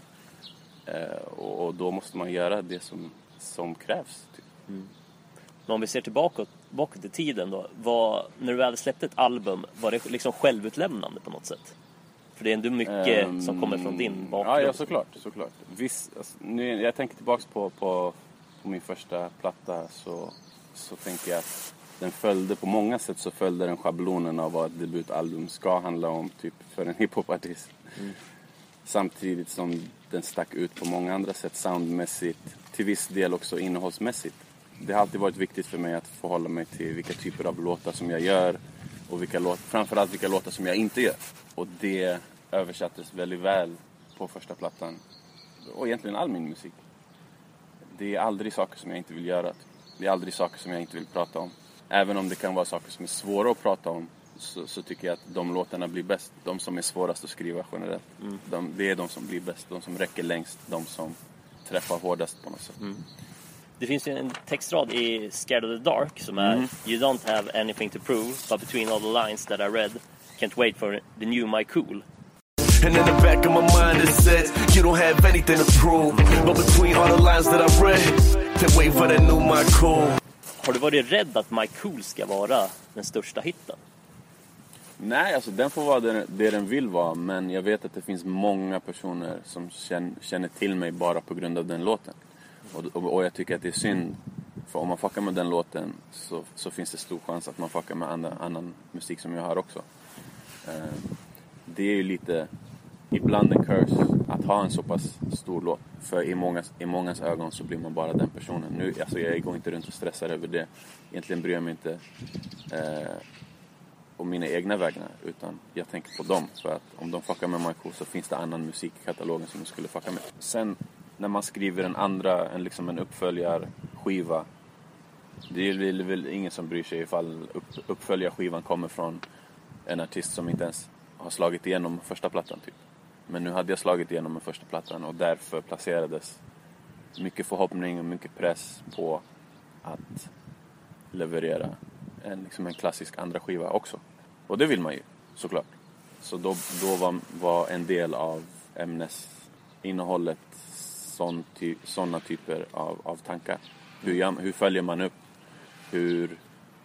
Eh, och, och då måste man göra det som, som krävs. Typ. Mm. Men om vi ser tillbaka bakåt i tiden då. Var, när du väl släppte ett album, var det liksom självutlämnande på något sätt? För det är ändå mycket um, som kommer från din bakgrund. Ja, ja såklart. såklart. Viss, alltså, nu, jag tänker tillbaka på... på På min första platta så, så tänker jag att den följde på många sätt så följde den schablonen av vad ett debutalbum ska handla om typ för en hiphopartist. Mm. Samtidigt som den stack ut på många andra sätt soundmässigt, till viss del också innehållsmässigt. Det har alltid varit viktigt för mig att förhålla mig till vilka typer av låtar som jag gör och vilka låt, framförallt vilka låtar som jag inte gör. Och det översattes väldigt väl på första plattan och egentligen all min musik. Det är aldrig saker som jag inte vill göra. Det är aldrig saker som jag inte vill prata om. Även om det kan vara saker som är svåra att prata om så, så tycker jag att de låtarna blir bäst. De som är svårast att skriva generellt. Mm. De, det är de som blir bäst. De som räcker längst. De som träffar hårdast på något sätt. Mm. Det finns ju en textrad i Scared of the Dark som är mm. You don't have anything to prove but between all the lines that I read can't wait for the new my cool. And in the back of my mind it says you don't have anything to prove but between all the lines that I read can't wait for the new my cool. Har du varit rädd att My Cool ska vara den största hitten? Nej, alltså den får vara det, det den vill vara. Men jag vet att det finns många personer som känner, känner till mig bara på grund av den låten. Och, och, och jag tycker att det är synd. För om man fuckar med den låten så, så finns det stor chans att man fuckar med andra, annan musik som jag har också. Eh, det är ju lite ibland en curse att ha en så pass stor låt. För i mångas, i mångas ögon så blir man bara den personen. Nu, alltså jag går inte runt och stressar över det. Egentligen bryr jag mig inte eh, om mina egna vägnar. Utan jag tänker på dem. För att om de fuckar med Michael så finns det annan musik i katalogen som de skulle fucka med. Sen när man skriver en andra, en, liksom en uppföljarskiva. Det är väl, väl ingen som bryr sig ifall upp, uppföljarskivan kommer från en artist som inte ens har slagit igenom första plattan typ. Men nu hade jag slagit igenom med första plattan och därför placerades mycket förhoppning och mycket press på att leverera en, liksom en klassisk andra skiva också. Och det vill man ju, såklart. Så då, då var, var en del av ämnesinnehållet sån ty, sådana typer av, av tankar. Hur, jag, hur följer man upp? Hur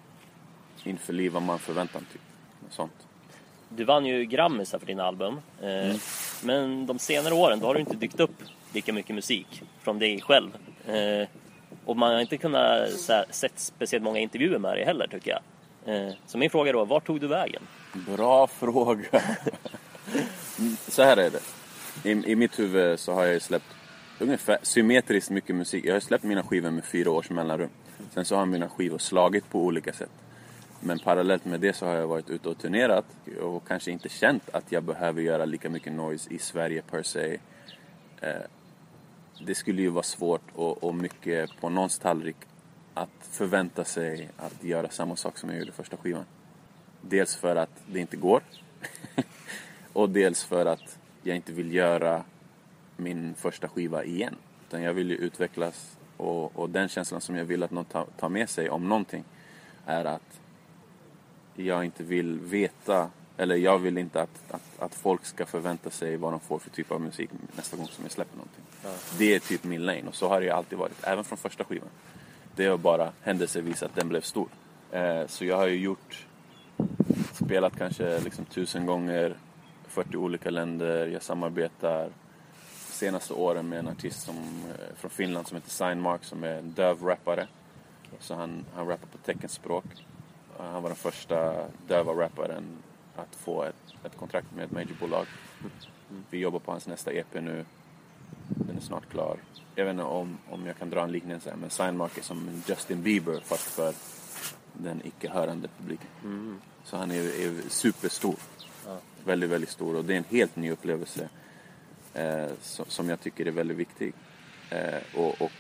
införlivar man förväntan typ? Sånt. Du vann ju Grammisar för dina album. Eh, mm. Men de senare åren då har du inte dykt upp lika mycket musik från dig själv. Eh, och man har inte kunnat så här, sett speciellt många intervjuer med dig heller, tycker jag. Eh, så min fråga då, vart tog du vägen? Bra fråga. Så här är det. I, I mitt huvud så har jag ju släppt ungefär symmetriskt mycket musik. Jag har släppt mina skivor med fyra års mellanrum. Sen så har mina skivor slagit på olika sätt. Men parallellt med det så har jag varit ute och turnerat. Och kanske inte känt att jag behöver göra lika mycket noise i Sverige per se. Eh, det skulle ju vara svårt och, och mycket på någons tallrik att förvänta sig att göra samma sak som jag gjorde första skivan. Dels för att det inte går. Och dels för att jag inte vill göra min första skiva igen. Utan jag vill ju utvecklas. Och, och den känslan som jag vill att någon tar ta med sig om någonting är att jag inte vill veta, eller jag vill inte att, att, att folk ska förvänta sig vad de får för typ av musik nästa gång som jag släpper någonting. Ja. Det är typ min lane, och så har det alltid varit, även från första skivan. Det var bara händelsevis att den blev stor. Eh, så jag har ju gjort, spelat kanske liksom tusen gånger, fyrtio olika länder, jag samarbetar senaste åren med en artist som, eh, från Finland som heter Signmark, som är en döv rappare. Så han, han rappar på teckenspråk. Han var den första döva rapparen att få ett, ett kontrakt med ett majorbolag. Mm. Vi jobbar på hans nästa E P nu. Den är snart klar. Jag vet inte om, om jag kan dra en liknelse, men Signmark är som Justin Bieber fast för den icke-hörande publiken. Mm. Så han är, är superstor. Ja. Väldigt, väldigt stor. Och det är en helt ny upplevelse eh, som, som jag tycker är väldigt viktig. Eh, och, och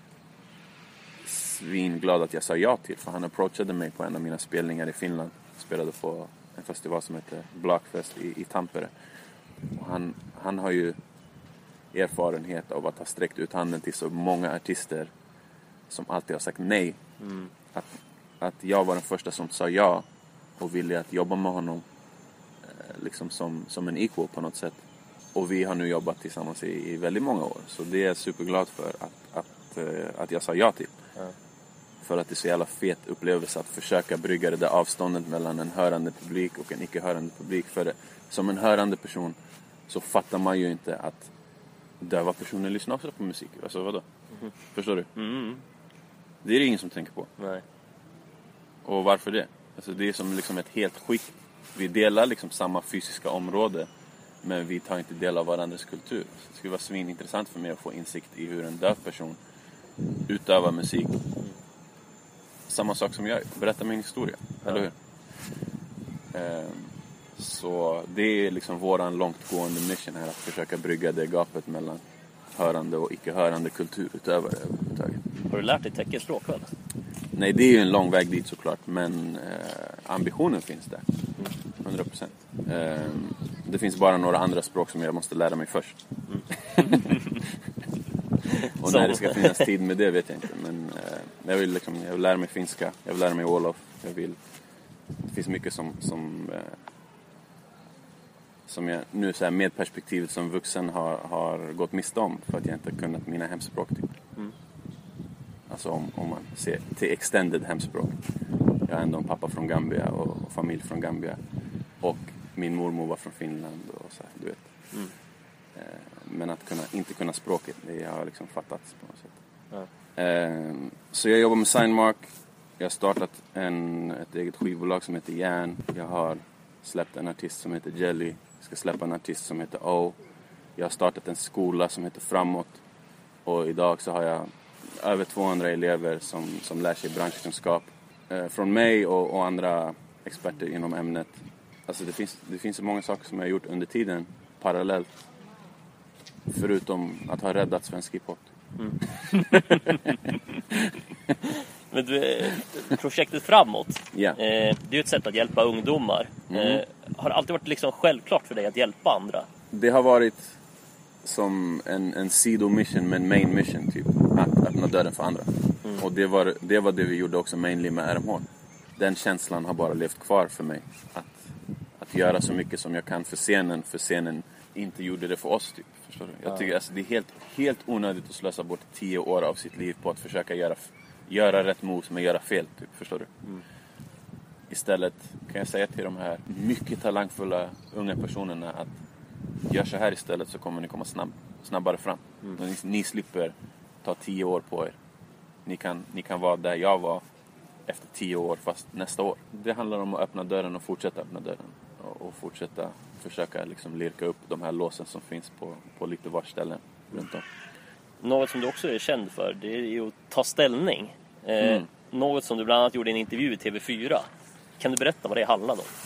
svinglad att jag sa ja till, för han approachade mig på en av mina spelningar i Finland. Jag spelade på en festival som heter Blockfest i, i Tampere. Och han, han har ju erfarenhet av att ha sträckt ut handen till så många artister som alltid har sagt nej. Mm. Att, att jag var den första som sa ja och ville att jobba med honom eh, liksom som, som en equal på något sätt. Och vi har nu jobbat tillsammans i, i väldigt många år. Så det är jag superglad för att, att, eh, att jag sa ja till. Ja. För att det är så jävla fet upplevelse att försöka brygga det där avståndet mellan en hörande publik och en icke-hörande publik. För det, som en hörande person så fattar man ju inte att döva personer lyssnar också på musik. Alltså vadå? Mm. Förstår du? Mm. Det är det ingen som tänker på. Nej. Och varför det? Alltså det är som liksom ett helt skikt. Vi delar liksom samma fysiska område, men vi tar inte del av varandras kultur. Så det skulle vara svinintressant för mig att få insikt i hur en döv person utövar musik. Samma sak som jag. Berätta min historia. Ja. Eller hur? Ehm, så det är liksom våran långtgående mission här. Att försöka brygga det gapet mellan hörande och icke-hörande kulturutövare. Har du lärt dig teckenspråk väl? Nej, det är ju en lång väg dit såklart. Men eh, ambitionen finns där. hundra procent. Ehm, det finns bara några andra språk som jag måste lära mig först. Mm. Och när det ska finnas tid med det vet jag inte. Men eh, jag, vill liksom, jag vill lära mig finska. Jag vill lära mig wolof. Jag vill, det finns mycket som, som, eh, som jag nu så här med perspektivet som vuxen har, har gått miste om. För att jag inte kunnat mina hemspråk typ. Mm. Alltså om, om man ser till extended hemspråk. Jag har ändå en pappa från Gambia och, och familj från Gambia. Och min mormor var från Finland och så här, du vet. Mm. Men att kunna, inte kunna språket, det har liksom fattats på något sätt. Ja. Eh, så jag jobbar med Signmark. Jag har startat en, ett eget skivbolag som heter Järn. Jag har släppt en artist som heter Jelly. Jag ska släppa en artist som heter O. Jag har startat en skola som heter Framåt. Och idag så har jag över tvåhundra elever som, som lär sig branschkunskap. Eh, från mig och, och andra experter inom ämnet. Alltså det finns, det finns så många saker som jag har gjort under tiden parallellt. Förutom att ha räddat svensk hiphop. Mm. Men du, projektet Framåt, yeah. eh, det är ju ett sätt att hjälpa ungdomar. Mm. Eh, har det alltid varit liksom självklart för dig att hjälpa andra? Det har varit som en, en sidomission med en main mission typ. Att öppna dörren för andra. Mm. Och det var, det var det vi gjorde också mainly med R M H. Den känslan har bara levt kvar för mig. Att, att göra så mycket som jag kan för scenen. För scenen inte gjorde det för oss typ. Förstår du? Jag tycker alltså, det är helt, helt onödigt att slösa bort tio år av sitt liv på att försöka göra, göra rätt moves men göra fel typ. Förstår du? Mm. Istället kan jag säga till de här mycket talangfulla unga personerna att gör så här istället så kommer ni komma snabb, snabbare fram. Mm. Ni, ni slipper ta tio år på er. Ni kan, ni kan vara där jag var efter tio år fast nästa år. Det handlar om att öppna dörren och fortsätta öppna dörren. Och, och fortsätta försöka liksom lirka upp de här låsen som finns på, på lite var ställen runt om. Något som du också är känd för, det är ju att ta ställning. Eh, Mm. Något som du bland annat gjorde i en intervju i T V fyra. Kan du berätta vad det handlade om?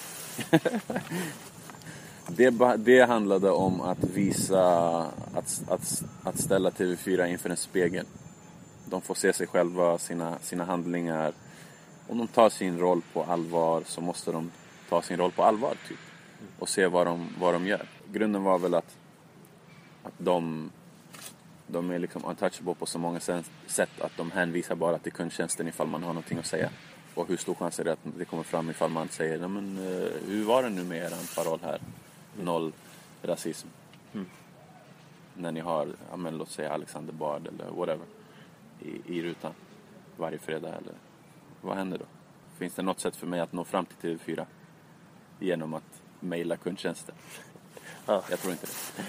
Det, ba- det handlade om att visa, att, att, att ställa T V fyra inför en spegel. De får se sig själva, sina, sina handlingar. Om de tar sin roll på allvar så måste de ta sin roll på allvar typ. Och se vad de, vad de gör. Grunden var väl att, att de, de är liksom untouchable på så många sätt att de hänvisar bara till kundtjänsten ifall man har någonting att säga. Och hur stor chans är det att det kommer fram ifall man säger nej, men, uh, hur var det nu med er paroll här? Noll rasism. Mm. När ni har, ja, men, låt säga Alexander Bard eller whatever i, i rutan varje fredag eller vad händer då? Finns det något sätt för mig att nå fram till T V fyra genom att mejla kundtjänsten? Ja. Jag tror inte det.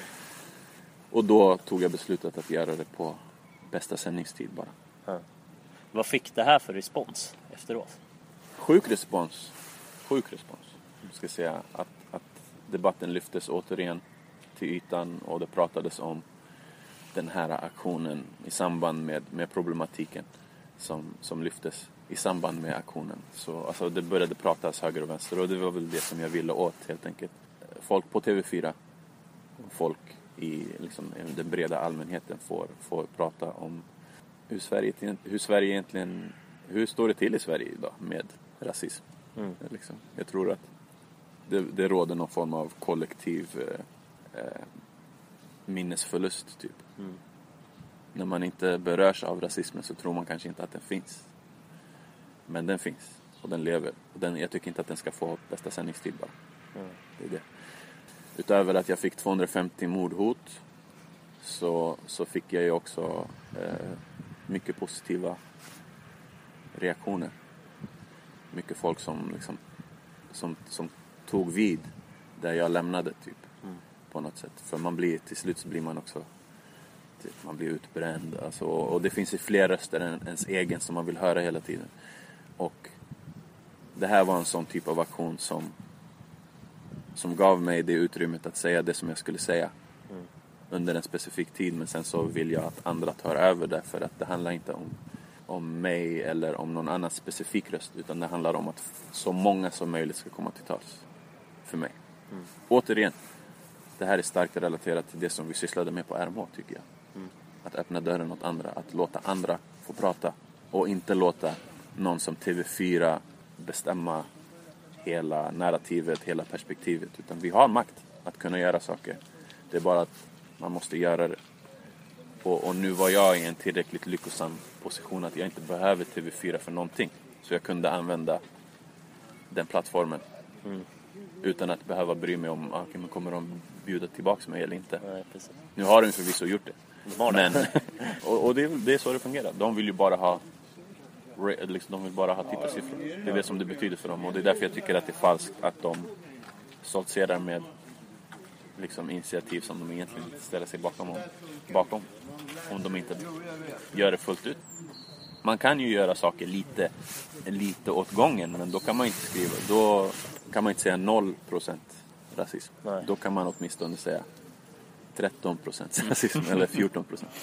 Och då tog jag beslutet att göra det på bästa sändningstid bara. Ja. Vad fick det här för respons efteråt? Sjuk respons. Sjuk respons. Jag ska säga att, att debatten lyftes återigen till ytan och det pratades om den här aktionen i samband med, med problematiken som, som lyftes i samband med aktionen. Så alltså, det började pratas höger och vänster och det var väl det som jag ville åt helt enkelt. Folk på T V fyra och folk i liksom, den breda allmänheten får, får prata om hur Sverige, hur Sverige egentligen, hur står det till i Sverige idag med rasism. Mm. Liksom. Jag tror att det, det råder någon form av kollektiv eh, eh, minnesförlust typ. Mm. När man inte berörs av rasismen så tror man kanske inte att den finns. Men den finns och den lever. Och den, jag tycker inte att den ska få bästa sändningstid bara. Mm. Det är det. Utöver att jag fick tvåhundrafemtio mordhot så, så fick jag ju också eh, mycket positiva reaktioner. Mycket folk som, liksom, som, som tog vid där jag lämnade typ. Mm. På något sätt. För man blir, till slut så blir man också typ, man blir utbränd. Alltså, och det finns ju fler röster än ens egen som man vill höra hela tiden. Och det här var en sån typ av aktion som som gav mig det utrymmet att säga det som jag skulle säga mm. under en specifik tid. Men sen så vill jag att andra tar över det, för att det handlar inte om, om mig eller om någon annan specifik röst, utan det handlar om att så många som möjligt ska komma till tals för mig. Mm. Återigen, det här är starkt relaterat till det som vi sysslade med på R M H tycker jag. Mm. Att öppna dörren åt andra, att låta andra få prata och inte låta någon som T V fyra bestämma hela narrativet, hela perspektivet. Utan vi har makt att kunna göra saker. Det är bara att man måste göra det. Och, och nu var jag i en tillräckligt lyckosam position att jag inte behöver T V fyra för någonting. Så jag kunde använda den plattformen. Mm. Utan att behöva bry mig om okay, men kommer de bjuda tillbaka mig eller inte. Nej, precis. Nu har de förvisso gjort det. Men, och och det, det är så det fungerar. De vill ju bara ha liksom, de vill bara ha tittarsiffror. Det är det som det betyder för dem. Och det är därför jag tycker att det är falskt att de stoltserar med liksom, initiativ som de egentligen inte ställer sig bakom om, bakom om de inte gör det fullt ut. Man kan ju göra saker lite lite åt gången, men då kan man inte skriva, då kan man inte säga noll procent rasism. Nej. Då kan man åtminstone säga tretton procent rasism eller fjorton procent.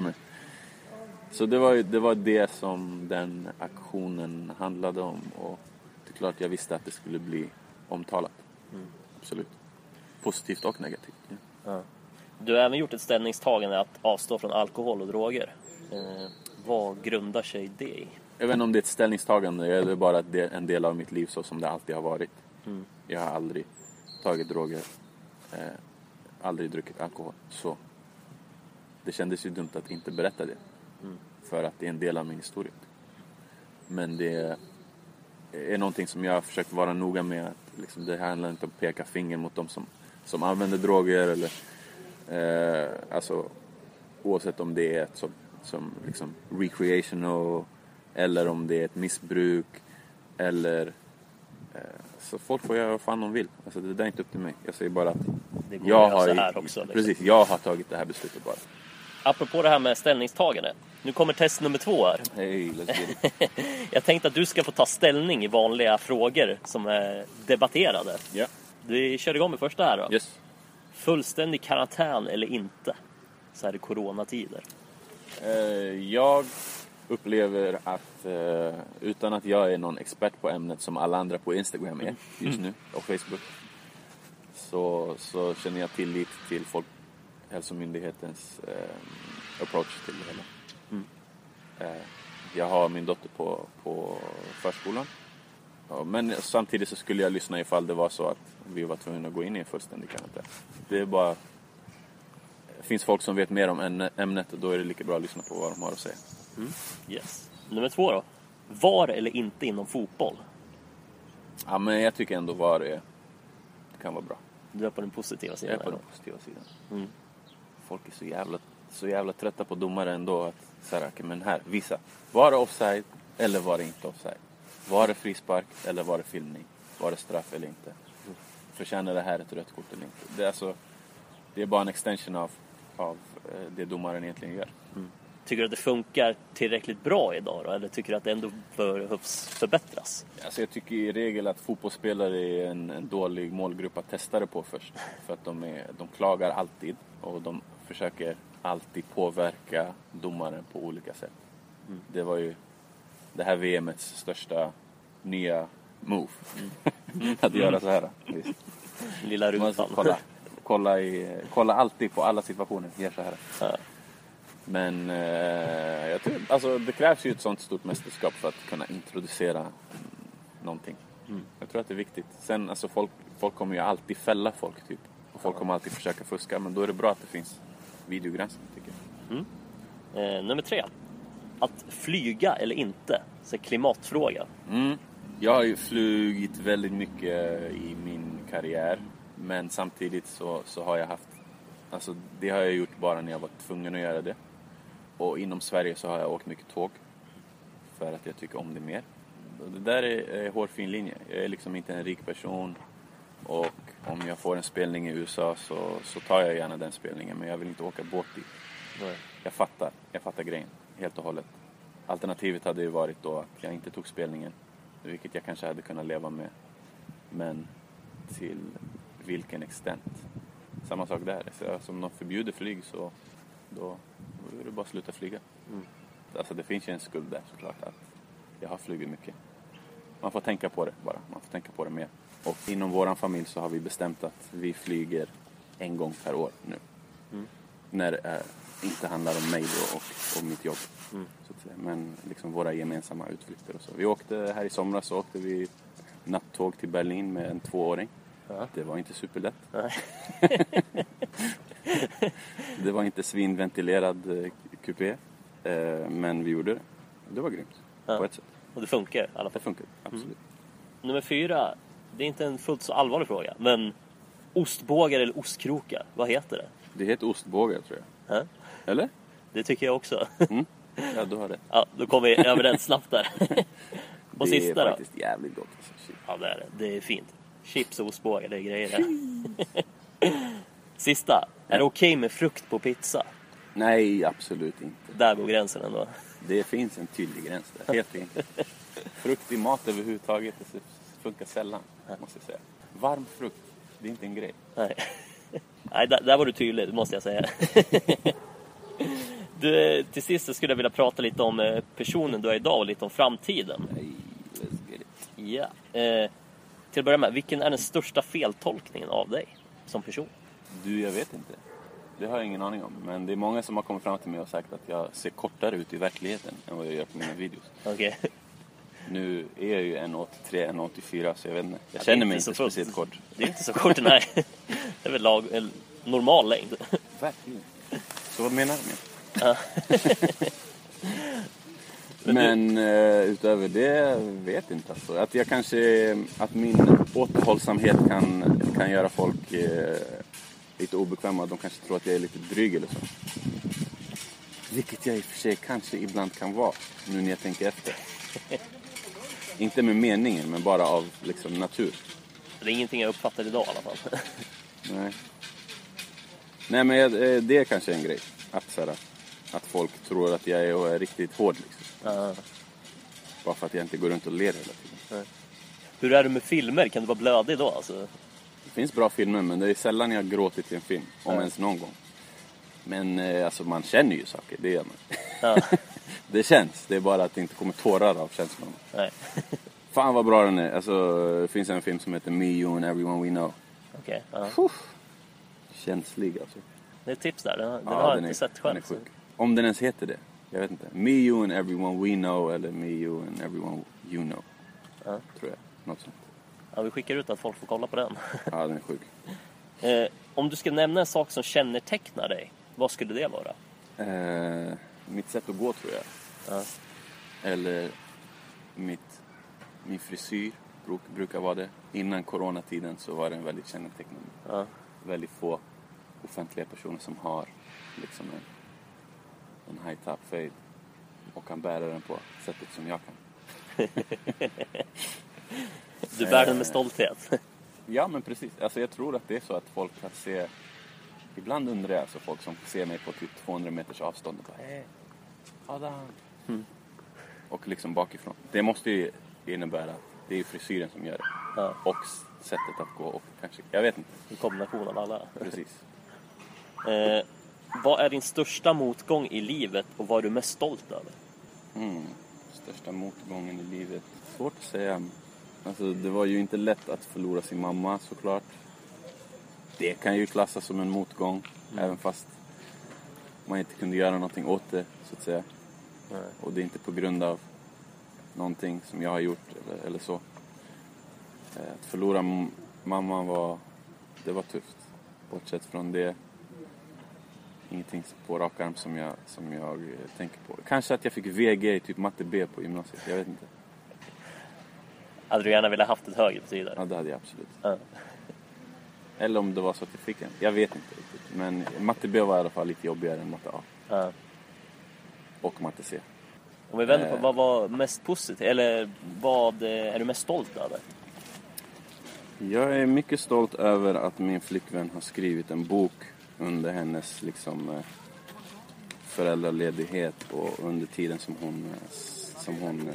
Så det var, det var det som den aktionen handlade om, och det är klart jag visste att det skulle bli omtalat. Mm. Absolut. Positivt och negativt. Ja. Ja. Du har även gjort ett ställningstagande att avstå från alkohol och droger. Eh, vad grundar sig det i? Jag vet inte om det är ett ställningstagande, det är bara en del av mitt liv så som det alltid har varit. Mm. Jag har aldrig tagit droger, eh, aldrig druckit alkohol. Så det kändes ju dumt att inte berätta det. Mm. För att det är en del av min historia. Men det är någonting som jag har försökt vara noga med. Att liksom, det handlar inte om att peka finger mot dem som, som använder droger. Eller, eh, alltså, oavsett om det är ett som, som liksom recreational eller om det är ett missbruk. Eller, eh, så folk får göra vad fan de vill. Alltså, det där är inte upp till mig. Jag säger bara att det går jag har, här också, liksom. Precis, jag har tagit det här beslutet bara. Apropå det här med ställningstagande. Nu kommer test nummer två här. Hej, let's get it. Jag tänkte att du ska få ta ställning i vanliga frågor som är debatterade. Ja. Vi kör igång med första här då. Yes. Fullständig karantän eller inte? Så här i coronatider. Eh, jag upplever att eh, utan att jag är någon expert på ämnet som alla andra på Instagram är just nu och Facebook, så, så känner jag tillit till Folkhälsomyndighetens eh, approach till det hela. Mm. Eh, jag har min dotter på, på förskolan. Ja, men samtidigt så skulle jag lyssna ifall det var så att vi var tvungna att gå in i en fullständig karantän. Det är bara... Det finns folk som vet mer om ämnet och då är det lika bra att lyssna på vad de har att säga. Mm. Yes. Nummer två då. Var eller inte inom fotboll? Ja, men jag tycker ändå var det, det kan vara bra. Du är på den positiva sidan. Jag är på eller? den positiva sidan. Mm. Folk är så jävla, så jävla trötta på domare ändå. Att, så här, men här, visa. Var det offside eller var det inte offside? Var det frispark eller var det filmning? Var det straff eller inte? Förtjänar det här ett rött kort eller inte? Det är, alltså, det är bara en extension av, av det domaren egentligen gör. Mm. Tycker du att det funkar tillräckligt bra idag då? Eller tycker du att det ändå behövs förbättras? Alltså jag tycker i regel att fotbollsspelare är en, en dålig målgrupp att testa det på först. För att de, är, de klagar alltid och de försöker alltid påverka domaren på olika sätt. Mm. Det var ju det här V M:s största nya move. Mm. Att göra så här. Lilla rutan. Kolla, kolla, i, kolla alltid på alla situationer. Gör så här. Ja. Men eh, jag tror, alltså, det krävs ju ett sånt stort mästerskap för att kunna introducera mm, någonting. Mm. Jag tror att det är viktigt. Sen, alltså, folk, folk kommer ju alltid fälla folk typ. Och folk kommer alltid försöka fuska. Men då är det bra att det finns videogranskning, tycker jag. Mm. Eh, nummer tre. Att flyga eller inte? Så klimatfråga. Mm. Jag har ju flugit väldigt mycket i min karriär. Men samtidigt så, så har jag haft... Alltså det har jag gjort bara när jag var tvungen att göra det. Och inom Sverige så har jag åkt mycket tåg. För att jag tycker om det mer. Och det där är en hårfin linje. Jag är liksom inte en rik person. Och om jag får en spelning i U S A så, så tar jag gärna den spelningen. Men jag vill inte åka båt dit. Jag fattar. Jag fattar grejen. Helt och hållet. Alternativet hade ju varit då att jag inte tog spelningen. Vilket jag kanske hade kunnat leva med. Men till vilken extent. Samma sak där. Så alltså, om de förbjuder flyg så då, då är det bara att sluta flyga. Mm. Alltså det finns ju en skuld där såklart att jag har flugit mycket. Man får tänka på det bara. Man får tänka på det mer. Och inom våran familj så har vi bestämt att vi flyger en gång per år nu. Mm. När det äh, inte handlar om mig då och, och mitt jobb. Mm. Så att säga. Men liksom våra gemensamma utflykter och så. Vi åkte här i somras så åkte vi nattåg till Berlin med en tvååring. Ja. Det var inte superlätt. Det var inte svinventilerad eh, kupé. Eh, men vi gjorde det. Det var grymt. Ja. På ett sätt. Och det funkar i alla fall. Det funkar, absolut. Mm. Nummer fyra. Det är inte en fullt så allvarlig fråga. Men ostbågar eller ostkrokar, vad heter det? Det heter ostbågar tror jag. Ja. Eller? Det tycker jag också. Mm. Ja, du har det. Ja, då kommer vi överens snabbt där. Och det sista är då? faktiskt jävligt gott. Alltså. Ja, det är det. Det är fint. Chips och ostbågar, det är grejer där. Sista. Är det okej okay med frukt på pizza? Nej, absolut inte. Där går gränsen ändå. Det finns en tydlig gräns där. Helt fint. Frukt i mat överhuvudtaget det funkar sällan, måste jag säga. Varm frukt, det är inte en grej. Nej, Nej där, där var du tydlig, måste jag säga. Du, till sist skulle jag vilja prata lite om personen du är idag och lite om framtiden. Nej, let's get it. Ja. Eh, till att börja med, vilken är den största feltolkningen av dig som person? Du, jag vet inte. Det har jag ingen aning om. Men det är många som har kommit fram till mig och sagt att jag ser kortare ut i verkligheten än vad jag gör på mina videos. Okej. Okay. Nu är jag ju en åttiotre, en åttiofyra så jag vet inte. Jag ja, känner mig inte, inte speciellt kort. Det är inte så kort, nej. Det är väl lag, en normal längd. Verkligen. Så vad menar du med? Ja. Men uh, utöver det vet inte alltså. Att jag kanske att min återhållsamhet kan, kan göra folk uh, lite obekväma. De kanske tror att jag är lite dryg eller så. Vilket jag i och för sig kanske ibland kan vara nu när jag tänker efter. Inte med meningen men bara av liksom natur. Det är ingenting jag uppfattar idag i alla fall. Nej. Nej men jag, det är kanske en grej att så här, att folk tror att jag är, och är riktigt hård liksom. Uh. Bara för att jag inte går runt och ler hela tiden. Uh. Hur är det med filmer? Kan du vara blödig då? Alltså? Det finns bra filmer, men det är sällan jag gråtit i en film. Om uh. ens någon gång. Men eh, alltså man känner ju saker, det gör man. Uh. Det känns, det är bara att det inte kommer tårar av känslan. Nej. Fan vad bra den är. Alltså, det finns en film som heter Me, You and Everyone We Know. Okej. Okay, uh. Känslig alltså. Det är ett tips där, den, den ja, har jag den inte är, sett själv. Den om den ens heter det. Jag vet inte. Me, You and Everyone We Know. Eller Me, You and Everyone You Know. Uh. Tror jag, något sånt. Ja, vi skickar ut att folk får kolla på den. Ja, den är sjuk. eh, Om du ska nämna en sak som kännetecknar dig, vad skulle det vara? Eh, mitt sätt att gå tror jag. Ja. Eller mitt, min frisyr bruk, brukar vara det. Innan coronatiden så var det en väldigt kännetecknande. Ja. Väldigt få offentliga personer som har liksom en, en high top fade och kan bära den på sättet som jag kan. Du bär den med stolthet. Ja, men precis. Alltså jag tror att det är så att folk kan se. Ibland undrar jag, alltså folk som ser mig på typ tvåhundra meters avstånd och bara, hej, Adam. Mm. Och liksom bakifrån. Det måste ju innebära att det är frisyren som gör det. Ja. Och sättet att gå och kanske, jag vet inte. En kombination av alla. Precis. eh, vad är din största motgång i livet och vad är du mest stolt över? Mm. Största motgången i livet. Svårt att säga. Alltså det var ju inte lätt att förlora sin mamma såklart. Det kan ju klassas som en motgång. Mm. Även fast man inte kunde göra någonting åt det så att säga. Nej. Och det är inte på grund av någonting som jag har gjort eller, eller så. Att förlora m- mamma var, det var tufft. Bortsett från det. Ingenting på rak arm som jag, som jag tänker på. Kanske att jag fick V G, typ matte B på gymnasiet. Jag vet inte. Hade du gärna velat haft ett högre betyg där? Ja, det hade jag absolut. Ja. Eller om det var så att jag fick en. Jag vet inte riktigt. Men matte B var i alla fall lite jobbigare än matte A. Ja. Och matte C. Om vi vänder på, vad var mest positivt? Eller vad är du mest stolt över? Jag är mycket stolt över att min flickvän har skrivit en bok under hennes liksom föräldraledighet och under tiden som hon som hon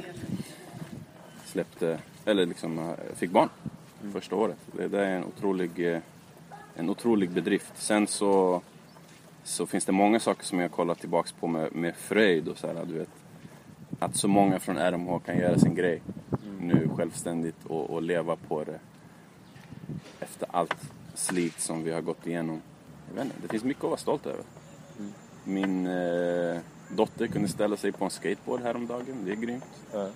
släppte eller liksom fick barn mm. första året. Det, det är en otrolig en otrolig bedrift. Sen så så finns det många saker som jag kollar tillbaks på med med fröjd och så här, du vet, att så många från R M H kan göra sin grej mm. nu självständigt och, och leva på det efter allt slit som vi har gått igenom. Jag vet inte, det finns mycket att vara stolt över. Mm. Min eh, dotter kunde ställa sig på en skateboard häromdagen. Det är grymt. Mm.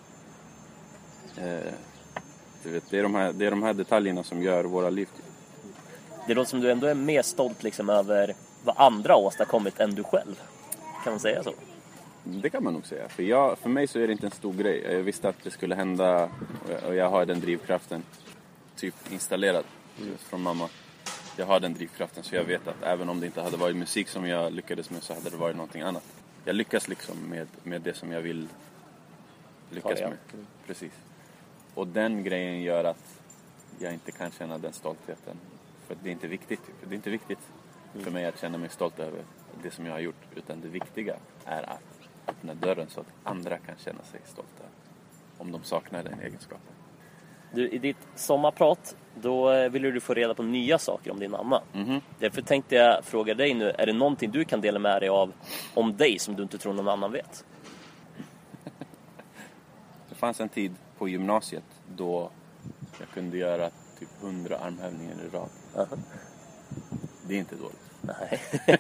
Eh, du vet, det, är de här, det är de här detaljerna som gör våra liv. Det låter som du ändå är mer stolt liksom över vad andra åstadkommit än du själv. Kan man säga så? Det kan man nog säga. För, jag, för mig så är det inte en stor grej. Jag visste att det skulle hända och jag har den drivkraften typ installerad mm. från mamma. Jag har den drivkraften så jag vet att även om det inte hade varit musik som jag lyckades med så hade det varit någonting annat. Jag lyckas liksom med, med det som jag vill lyckas med. Mm. Precis. Och den grejen gör att jag inte kan känna den stoltheten. För det är inte viktigt. Det är inte viktigt mm. för mig att känna mig stolt över det som jag har gjort. Utan det viktiga är att öppna dörren så att andra kan känna sig stolta. Om de saknar den egenskapen. Du, i ditt sommarprat, då ville du få reda på nya saker om din mamma. Mm-hmm. Därför tänkte jag fråga dig nu, är det någonting du kan dela med dig av om dig som du inte tror någon annan vet? Det fanns en tid på gymnasiet då jag kunde göra typ hundra armhävningar i rad. Uh-huh. Det är inte dåligt. Nej.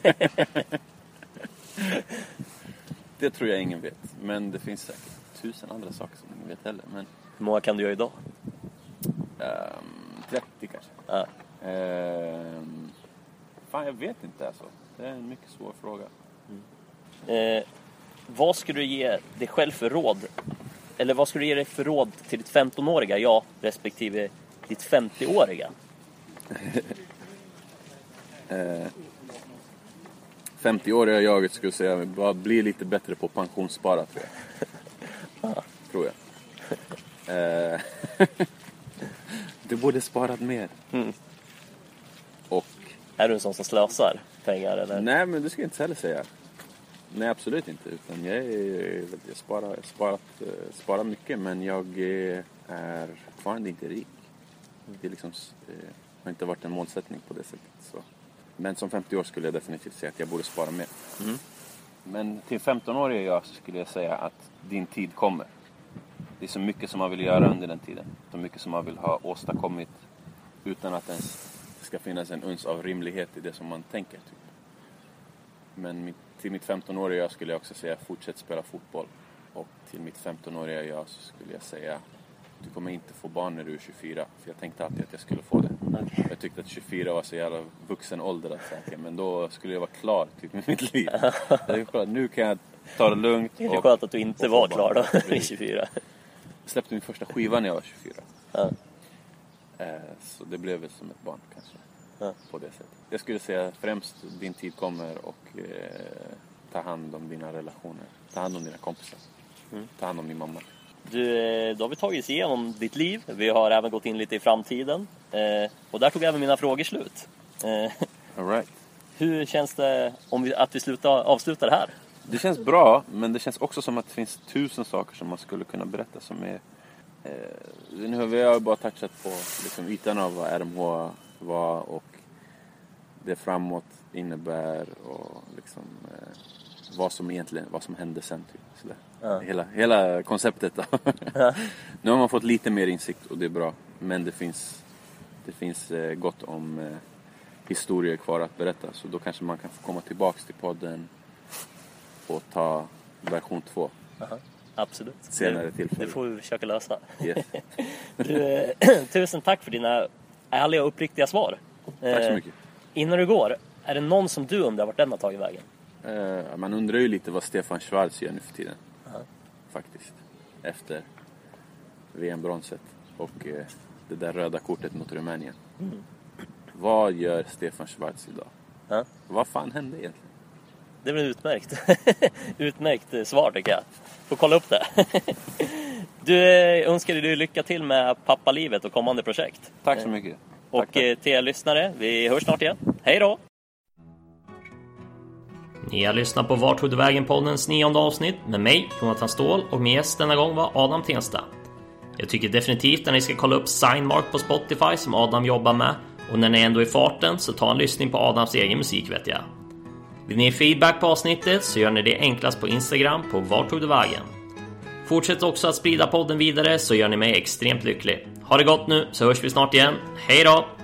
Det tror jag ingen vet. Men det finns säkert tusen andra saker som ingen vet heller. Men hur många kan du göra idag? Um, trettio kanske. Ja. Um, fan, jag vet inte alltså. Det är en mycket svår fråga. Mm. Eh, vad skulle du ge dig själv för råd? Eller vad skulle du ge dig för råd till ditt femtonåriga jag respektive ditt femtioåriga? eh, femtioåriga jag skulle säga bara bli lite bättre på pensionsspara tror jag. Ja. Tror jag. Eh, du borde sparat mer. Mm. Och är du en sån som slösar pengar eller? Nej, men du ska inte heller säga. Nej, absolut inte. Utan jag, är, jag sparar, sparat, sparar mycket, men jag är fortfarande inte rik. Det är liksom, eh, har inte varit en målsättning på det sättet. Så. Men som femtio år skulle jag definitivt säga att jag borde spara mer. Mm. Men till femton-åriga jag så skulle jag säga att din tid kommer. Det är så mycket som man vill göra under den tiden. Så mycket som man vill ha åstadkommit utan att ens det ska finnas en uns av rimlighet i det som man tänker. Typ. Men till mitt femton-åriga jag skulle jag också säga fortsätt spela fotboll. Och till mitt femton-åriga jag så skulle jag säga du kommer inte få barn när du är tjugofyra. För jag tänkte alltid att jag skulle få det. Okay. Jag tyckte att tjugofyra var så jävla vuxen ålder att säga. Men då skulle jag vara klar typ, med mitt liv. Jag nu kan jag ta det lugnt. Det är skönt att du inte var klar då vid tjugofyra. Jag släppte min första skiva när jag var tjugofyra. Ja. Så det blev väl som ett barn kanske. Ja. På det sättet. Jag skulle säga främst din tid kommer och eh, ta hand om dina relationer. Ta hand om dina kompisar. Mm. Ta hand om din mamma. Du, då har vi tagit oss igenom ditt liv. Vi har även gått in lite i framtiden. Eh, och där tog även mina frågor slut. Eh, All right. Hur känns det om vi, att vi slutar, avslutar det här? Det känns bra, men det känns också som att det finns tusen saker som man skulle kunna berätta som är... Eh, nu har vi bara touchat på liksom, ytan av vad R M H var och det framåt innebär och liksom... Eh, vad som egentligen, vad som hände sen typ. Sådär. Ja. Hela, hela konceptet då. Ja. Nu har man fått lite mer insikt och det är bra. Men det finns, det finns eh, gott om eh, historier kvar att berätta. Så då kanske man kan få komma tillbaka till podden och ta version två. Aha. Absolut. Senare tillfälle. Det får vi försöka lösa. Yes. Du, tusen tack för dina ärliga och uppriktiga svar. Tack så mycket. Eh, innan du går, är det någon som du undrar vart den har tagit vägen? Uh, man undrar ju lite vad Stefan Schwarz gör nu för tiden. Uh-huh. Faktiskt. Efter V M-bronset och uh, det där röda kortet mot Rumänien. Mm. Vad gör Stefan Schwarz idag? Uh-huh. Vad fan hände egentligen? Det blir utmärkt. Utmärkt svar tycker jag. Får kolla upp det. Du önskar dig lycka till med pappalivet och kommande projekt. Tack så mycket. Och tack, tack. Till er lyssnare, vi hörs snart igen. Hej då! Ni har lyssnat på Vart tog du vägen-poddens nionde avsnitt med mig, Jonathan Ståhl, och min gäst denna gång var Adam Tensta. Jag tycker definitivt att ni ska kolla upp Signmark på Spotify som Adam jobbar med, och när ni ändå är i farten så ta en lyssning på Adams egen musik vet jag. Vill ni ge feedback på avsnittet så gör ni det enklast på Instagram på Vart tog du vägen. Fortsätt också att sprida podden vidare så gör ni mig extremt lycklig. Ha det gott nu så hörs vi snart igen. Hej då!